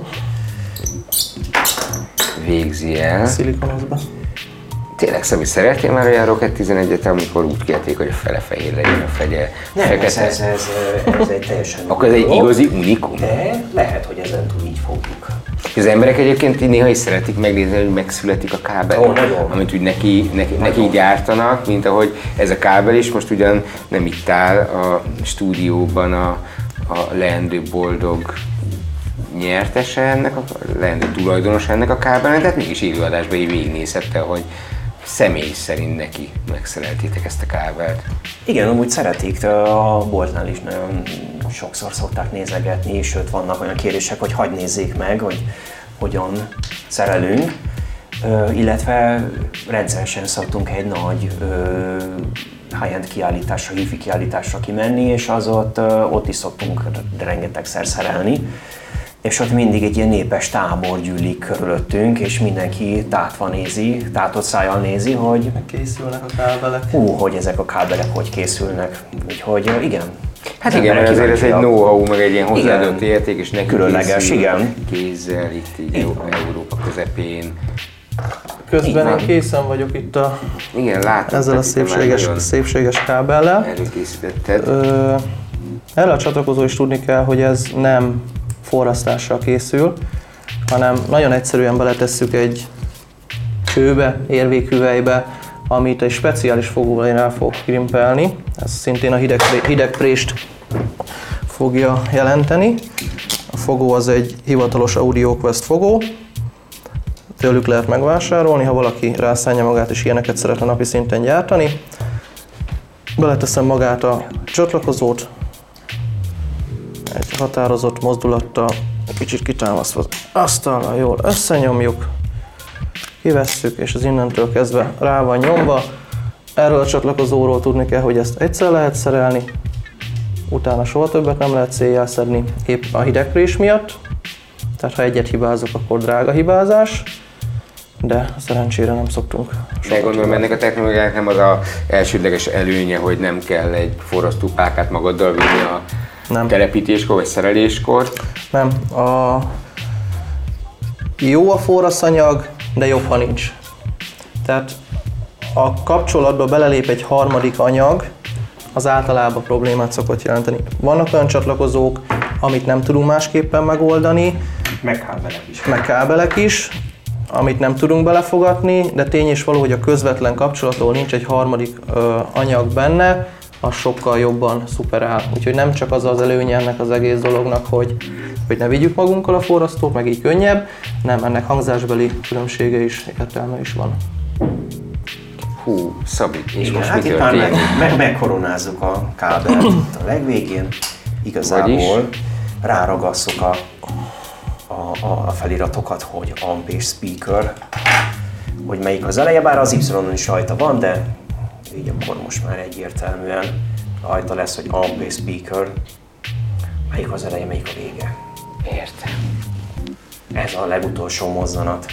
végzi el. Szilikonozba. Tényleg, Szabi, szeretnél már olyan Rocket 11-et, amikor úgy kérték, hogy a fele fehér legyen, a fegye fekete? Ez egy teljesen... Akkor ez egy igazi unikum? De lehet, hogy ezentúl így fogjuk. Az emberek egyébként néha is szeretik megnézni, hogy megszületik a kábel, amit úgy neki gyártanak, mint ahogy ez a kábel is most ugyan nem itt áll a stúdióban a leendő boldog nyertese ennek, a leendő tulajdonos ennek a kábelnek, tehát mégis élőadásban így végignézhette, hogy személy szerint neki megszereltétek ezt a kábelt. Igen, amúgy szeretik, a boltnál is nagyon sokszor szokták nézegetni, sőt vannak olyan kérések, hogy hagyd nézzék meg, hogy hogyan szerelünk, illetve rendszeresen szoktunk egy nagy high-end kiállításra, hifi kiállításra kimenni, és az ott is szoktunk rengetegszer szerelni. És ott mindig egy ilyen népes tábor gyűlik körülöttünk, és mindenki tátott szájjal nézi, hogy készülnek a kábelek. Hogy ezek a kábelek hogy készülnek. Úgyhogy igen. Hát igen, mert azért ez egy know-how, meg egy ilyen hozzáadott érték, és nekünk különleges, igen. Kézzel, itt így Európa közepén. Közben én készen vagyok itt igen, látom, ezzel a szépséges kábellel. Előkészítetted. Erre a csatlakozó is tudni kell, hogy ez nem forrasztással készül, hanem nagyon egyszerűen beletesszük egy kőbe, érvékhüvelybe, amit egy speciális fogóval én el fogok krimpelni. Ez szintén a hideg prést fogja jelenteni. A fogó az egy hivatalos AudioQuest fogó. Tőlük lehet megvásárolni, ha valaki rászánja magát és ilyeneket szeretne napi szinten gyártani. Beleteszem magát a csatlakozót, egy határozott mozdulattal, egy kicsit kitámasztva az asztalra, jól összenyomjuk, kivesszük, és az innentől kezdve rá van nyomva. Erről a csatlakozóról tudni kell, hogy ezt egyszer lehet szerelni, utána soha többet nem lehet széjjel szedni, épp a hidegprés miatt. Tehát ha egyet hibázok, akkor drága hibázás, de szerencsére nem szoktunk. De gondolom, ennek a technológiának nem az az elsődleges előnye, hogy nem kell egy forrasztópálkát magaddal vinni a telepítéskor vagy szereléskor. Nem. Jó a forraszanyag, de jobb, ha nincs. Tehát a kapcsolatba belelép egy harmadik anyag, az általában problémát szokott jelenteni. Vannak olyan csatlakozók, amit nem tudunk másképpen megoldani. Meg kábelek is, amit nem tudunk belefogatni, de tény és való, hogy a közvetlen kapcsolattól nincs egy harmadik anyag benne, az sokkal jobban szuperál. Úgyhogy nem csak az az előnye ennek az egész dolognak, hogy ne vigyük magunkkal a forrasztót, meg így könnyebb, nem, ennek hangzásbeli különbsége is, értelme is van. Hú, Szabi, és most hát mi történik? Megkoronázzuk a kábelt a legvégén, igazából ráragasszuk a feliratokat, hogy amp és speaker, hogy melyik az eleje, bár az Y-on is rajta van, de így akkor most már egyértelműen rajta lesz, hogy amp és speaker, melyik az eleje, melyik a vége. Értem. Ez a legutolsó mozzanat.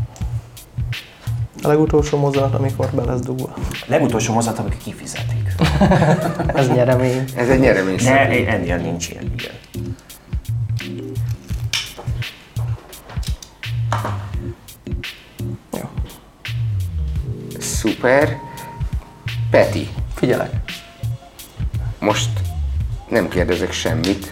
A legutolsó mozzanat, amikor be lesz dugva. A legutolsó mozzanat, amikor kifizetik. Ez nyeremény. Ez egy nyeremény. De ennél nincs ilyen, igen. Jó. Szuper. Peti. Figyelek. Most nem kérdezek semmit.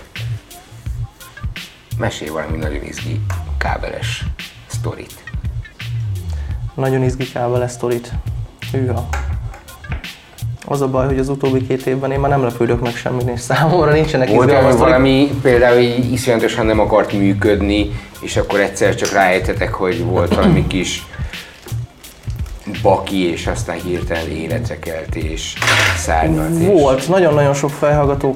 Mesélj valami nagyon izgi kábeles sztorit. Nagyon izgi kábeles sztorit. Hűha. Az a baj, hogy az utóbbi 2 évben én már nem lepődök meg semmit, és számomra nincsenek izgalmas sztorik. Valami például így iszonyatosan nem akart működni, és akkor egyszer csak rájöttetek, hogy volt valami kis baki, és aztán hirtelen életre kelt és szárnyalt. Volt, nagyon-nagyon sok fejhallgató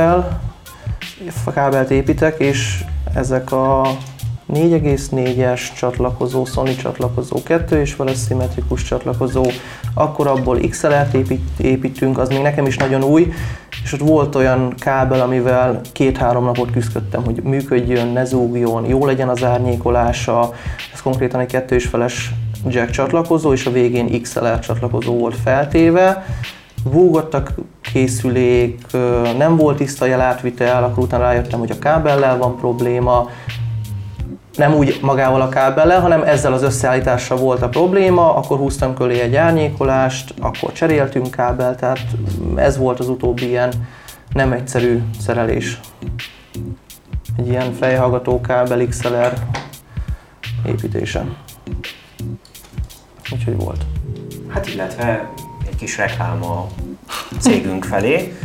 kábelt építek, és ezek a 4,4-es csatlakozó, Sony csatlakozó, 2,5-es szimmetrikus csatlakozó, akkor abból XLR-t építünk, az még nekem is nagyon új, és ott volt olyan kábel, amivel 2-3 napot küzdöttem, hogy működjön, ne zúgjon, jó legyen az árnyékolása. Ez konkrétan egy 2,5-es jack csatlakozó, és a végén XLR csatlakozó volt feltéve. Búgottak készülék, nem volt tiszta jelátvitel, akkor utána rájöttem, hogy a kábellel van probléma. Nem úgy magával a kábellel, hanem ezzel az összeállítással volt a probléma, akkor húztam köré egy árnyékolást, akkor cseréltünk kábelt, tehát ez volt az utóbbi ilyen nem egyszerű szerelés. Egy ilyen fejhallgató kábel XLR építése. Úgyhogy volt. Hát illetve egy kis reklám a cégünk felé.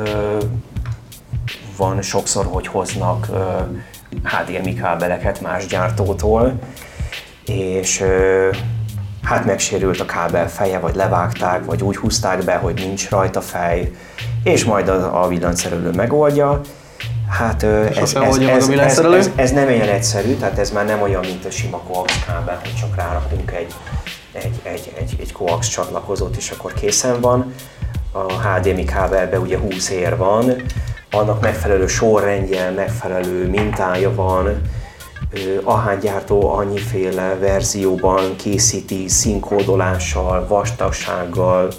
Van sokszor, hogy hoznak HDMI kábeleket más gyártótól, és hát megsérült a kábel feje, vagy levágták, vagy úgy húzták be, hogy nincs rajta fej, és majd a villanyszerelő megoldja. Hát ez nem olyan egyszerű, tehát ez már nem olyan, mint a sima coax kábel, hogy csak rárakunk egy coax csatlakozót, és akkor készen van. A HDMI kábelben ugye 20 ér van, annak megfelelő sorrendje, megfelelő mintája van, ahány gyártó annyiféle verzióban készíti, színkódolással, vastagsággal,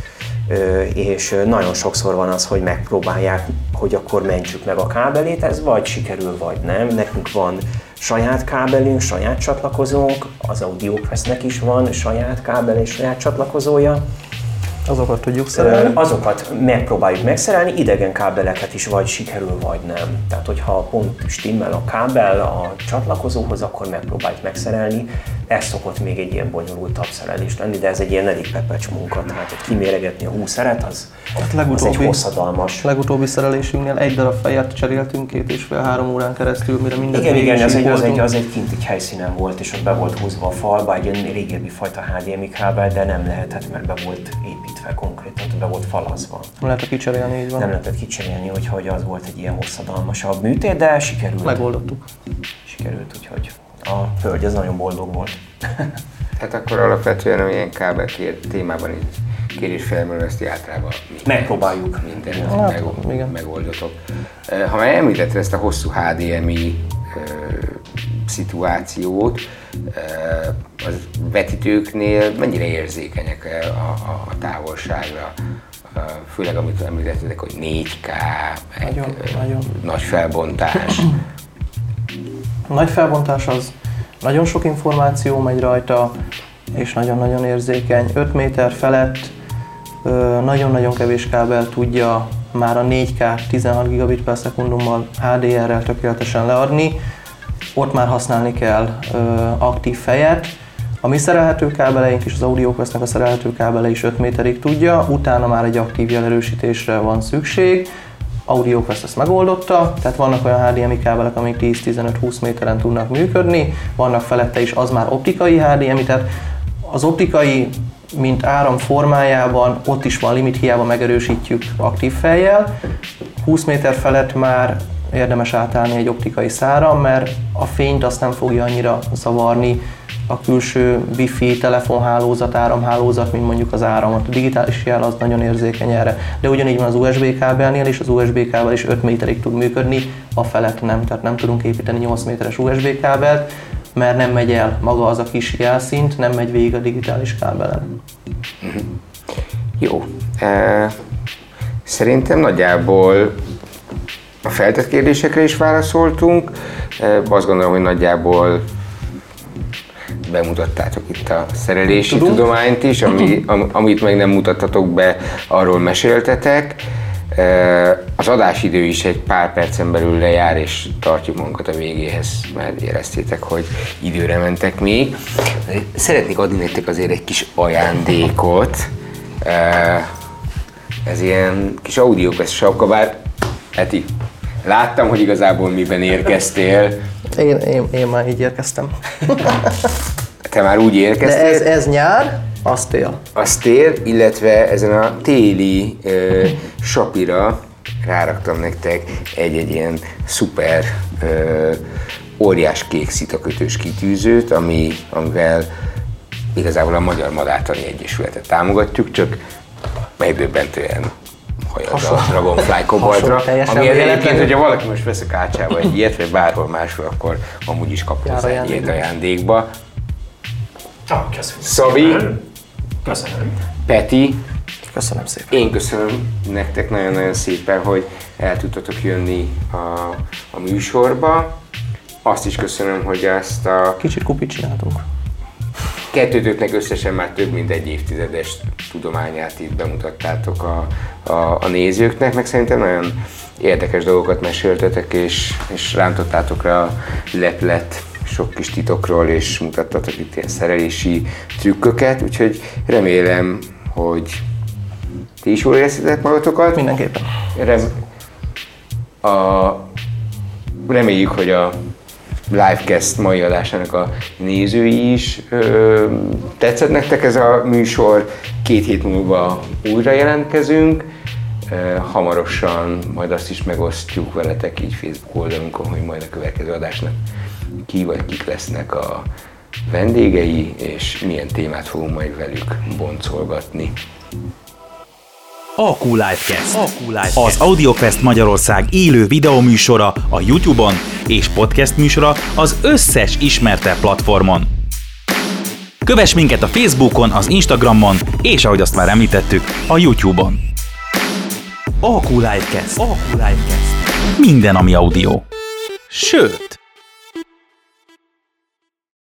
és nagyon sokszor van az, hogy megpróbálják, hogy akkor mentsük meg a kábelét, ez vagy sikerül, vagy nem. Nekünk van saját kábelünk, saját csatlakozónk, az AudioQuestnek is van saját kábel és saját csatlakozója. Azokat tudjuk szerelni? Azokat megpróbáljuk megszerelni, idegen kábeleket is vagy sikerül, vagy nem. Tehát, hogyha pont stimmel a kábel a csatlakozóhoz, akkor megpróbáljuk megszerelni. Ez szokott még egy ilyen bonyolultabb szerelés lenni, de ez egy ilyen elég pepecs munka, tehát kiméregetni a 20 eret, az egy hosszadalmas. Legutóbbi szerelésünknél egy darab fejet cseréltünk 2,5-3 órán keresztül, mire mindent igen, az egy kint egy helyszínen volt, és ott be volt húzva a falba egy ilyen régebbi fajta HDMI kábel, de nem lehetett, mert be volt építve konkrétan, be volt falazva. Nem lehetett kicserélni, így van. Nem lehetett kicserélni, úgyhogy az volt egy ilyen hosszadalmasabb műtét, de sikerült. Megoldottuk. Sikerült, úgyhogy a hölgy az nagyon boldog volt. Hát akkor alapvetően olyan kábel témában így kérés felmerül, ezt általában megpróbáljuk. Mindent megoldotok. Ha már említetted ezt a hosszú HDMI szituációt, az vetítőknél mennyire érzékenyek a távolságra? Főleg amit említettetek, hogy 4K, nagyon. nagy felbontás. Nagy felbontás az nagyon sok információ megy rajta, és nagyon-nagyon érzékeny. 5 méter felett nagyon-nagyon kevés kábel tudja már a 4K 16 gigabit per szekundummal HDR-rel tökéletesen leadni. Ott már használni kell aktív fejet. A mi szerelhető kábeleink és az AudioQuestnek a szerelhető kábele is 5 méterig tudja, utána már egy aktív jelerősítésre van szükség. AudioQuest ezt megoldotta, tehát vannak olyan HDMI kábelek, amik 10-15-20 méteren tudnak működni, vannak felette is, az már optikai HDMI, tehát az optikai, mint áram formájában, ott is van limit, hiába megerősítjük aktív fejjel. 20 méter felett már érdemes átállni egy optikai szára, mert a fényt azt nem fogja annyira zavarni a külső wifi, telefonhálózat, áramhálózat, mint mondjuk az áramot. A digitális jel az nagyon érzékeny erre. De ugyanígy van az USB kábelnél, és az USB kábel is 5 méterig tud működni, a felett nem. Tehát nem tudunk építeni 8 méteres USB kábelt, mert nem megy el maga az a kis jelszint, nem megy végig a digitális kábelen. Jó. Szerintem nagyjából a feltett kérdésekre is válaszoltunk. Azt gondolom, hogy nagyjából bemutattátok itt a szerelési tudományt is, amit meg nem mutattatok be, arról meséltetek. Az adásidő is egy pár percen belül lejár, és tartjuk magunkat a végéhez, mert éreztétek, hogy időre mentek még. Szeretnék adni nektek azért egy kis ajándékot. Ez ilyen kis AudioQuest sapka, bár Eti, láttam, hogy igazából miben érkeztél. Én már így érkeztem. Te már úgy érkeztél? De ez nyár, az tél. Az tél, illetve ezen a téli sapira ráraktam nektek egy ilyen szuper óriás kék szitakötős kitűzőt, amivel igazából a Magyar Madártani Egyesületet támogatjuk, csak megdöbbentően hajad a Dragonfly koboltra, ami egyébként, hogyha valaki most vesz a Kácsába egy ilyet, vagy bárhol máshol, akkor amúgy is kap hozzá egy ilyet ajándékba. Köszönöm. Szabi, Köszönöm. Peti, Köszönöm szépen. én köszönöm nektek nagyon-nagyon szépen, hogy el tudtatok jönni a műsorba. Azt is köszönöm, hogy ezt a Kicsit kupit csináltunk. kettőtöknek összesen már több mint egy évtizedes tudományát itt bemutattátok a nézőknek, meg szerintem nagyon érdekes dolgokat meséltetek, és rántottátok rá a leplet sok kis titokról, és mutattatok itt ilyen szerelési trükköket, úgyhogy remélem, hogy ti is jól éreztétek magatokat. Mindenképpen. Reméljük, hogy a Livecast mai adásának a nézői is tetszett nektek ez a műsor. 2 hét múlva újra jelentkezünk. Hamarosan majd azt is megosztjuk veletek így Facebook oldalunkon, hogy majd a következő adásnak ki vagy kik lesznek a vendégei, és milyen témát fogunk majd velük boncolgatni. AQ Livecast. Az AudioQuest Magyarország élő videóműsora a YouTube-on és podcast műsora az összes ismertebb platformon. Kövess minket a Facebookon, az Instagramon és ahogy azt már említettük, a YouTube-on. AQ Livecast. Minden, ami audio. Sőt,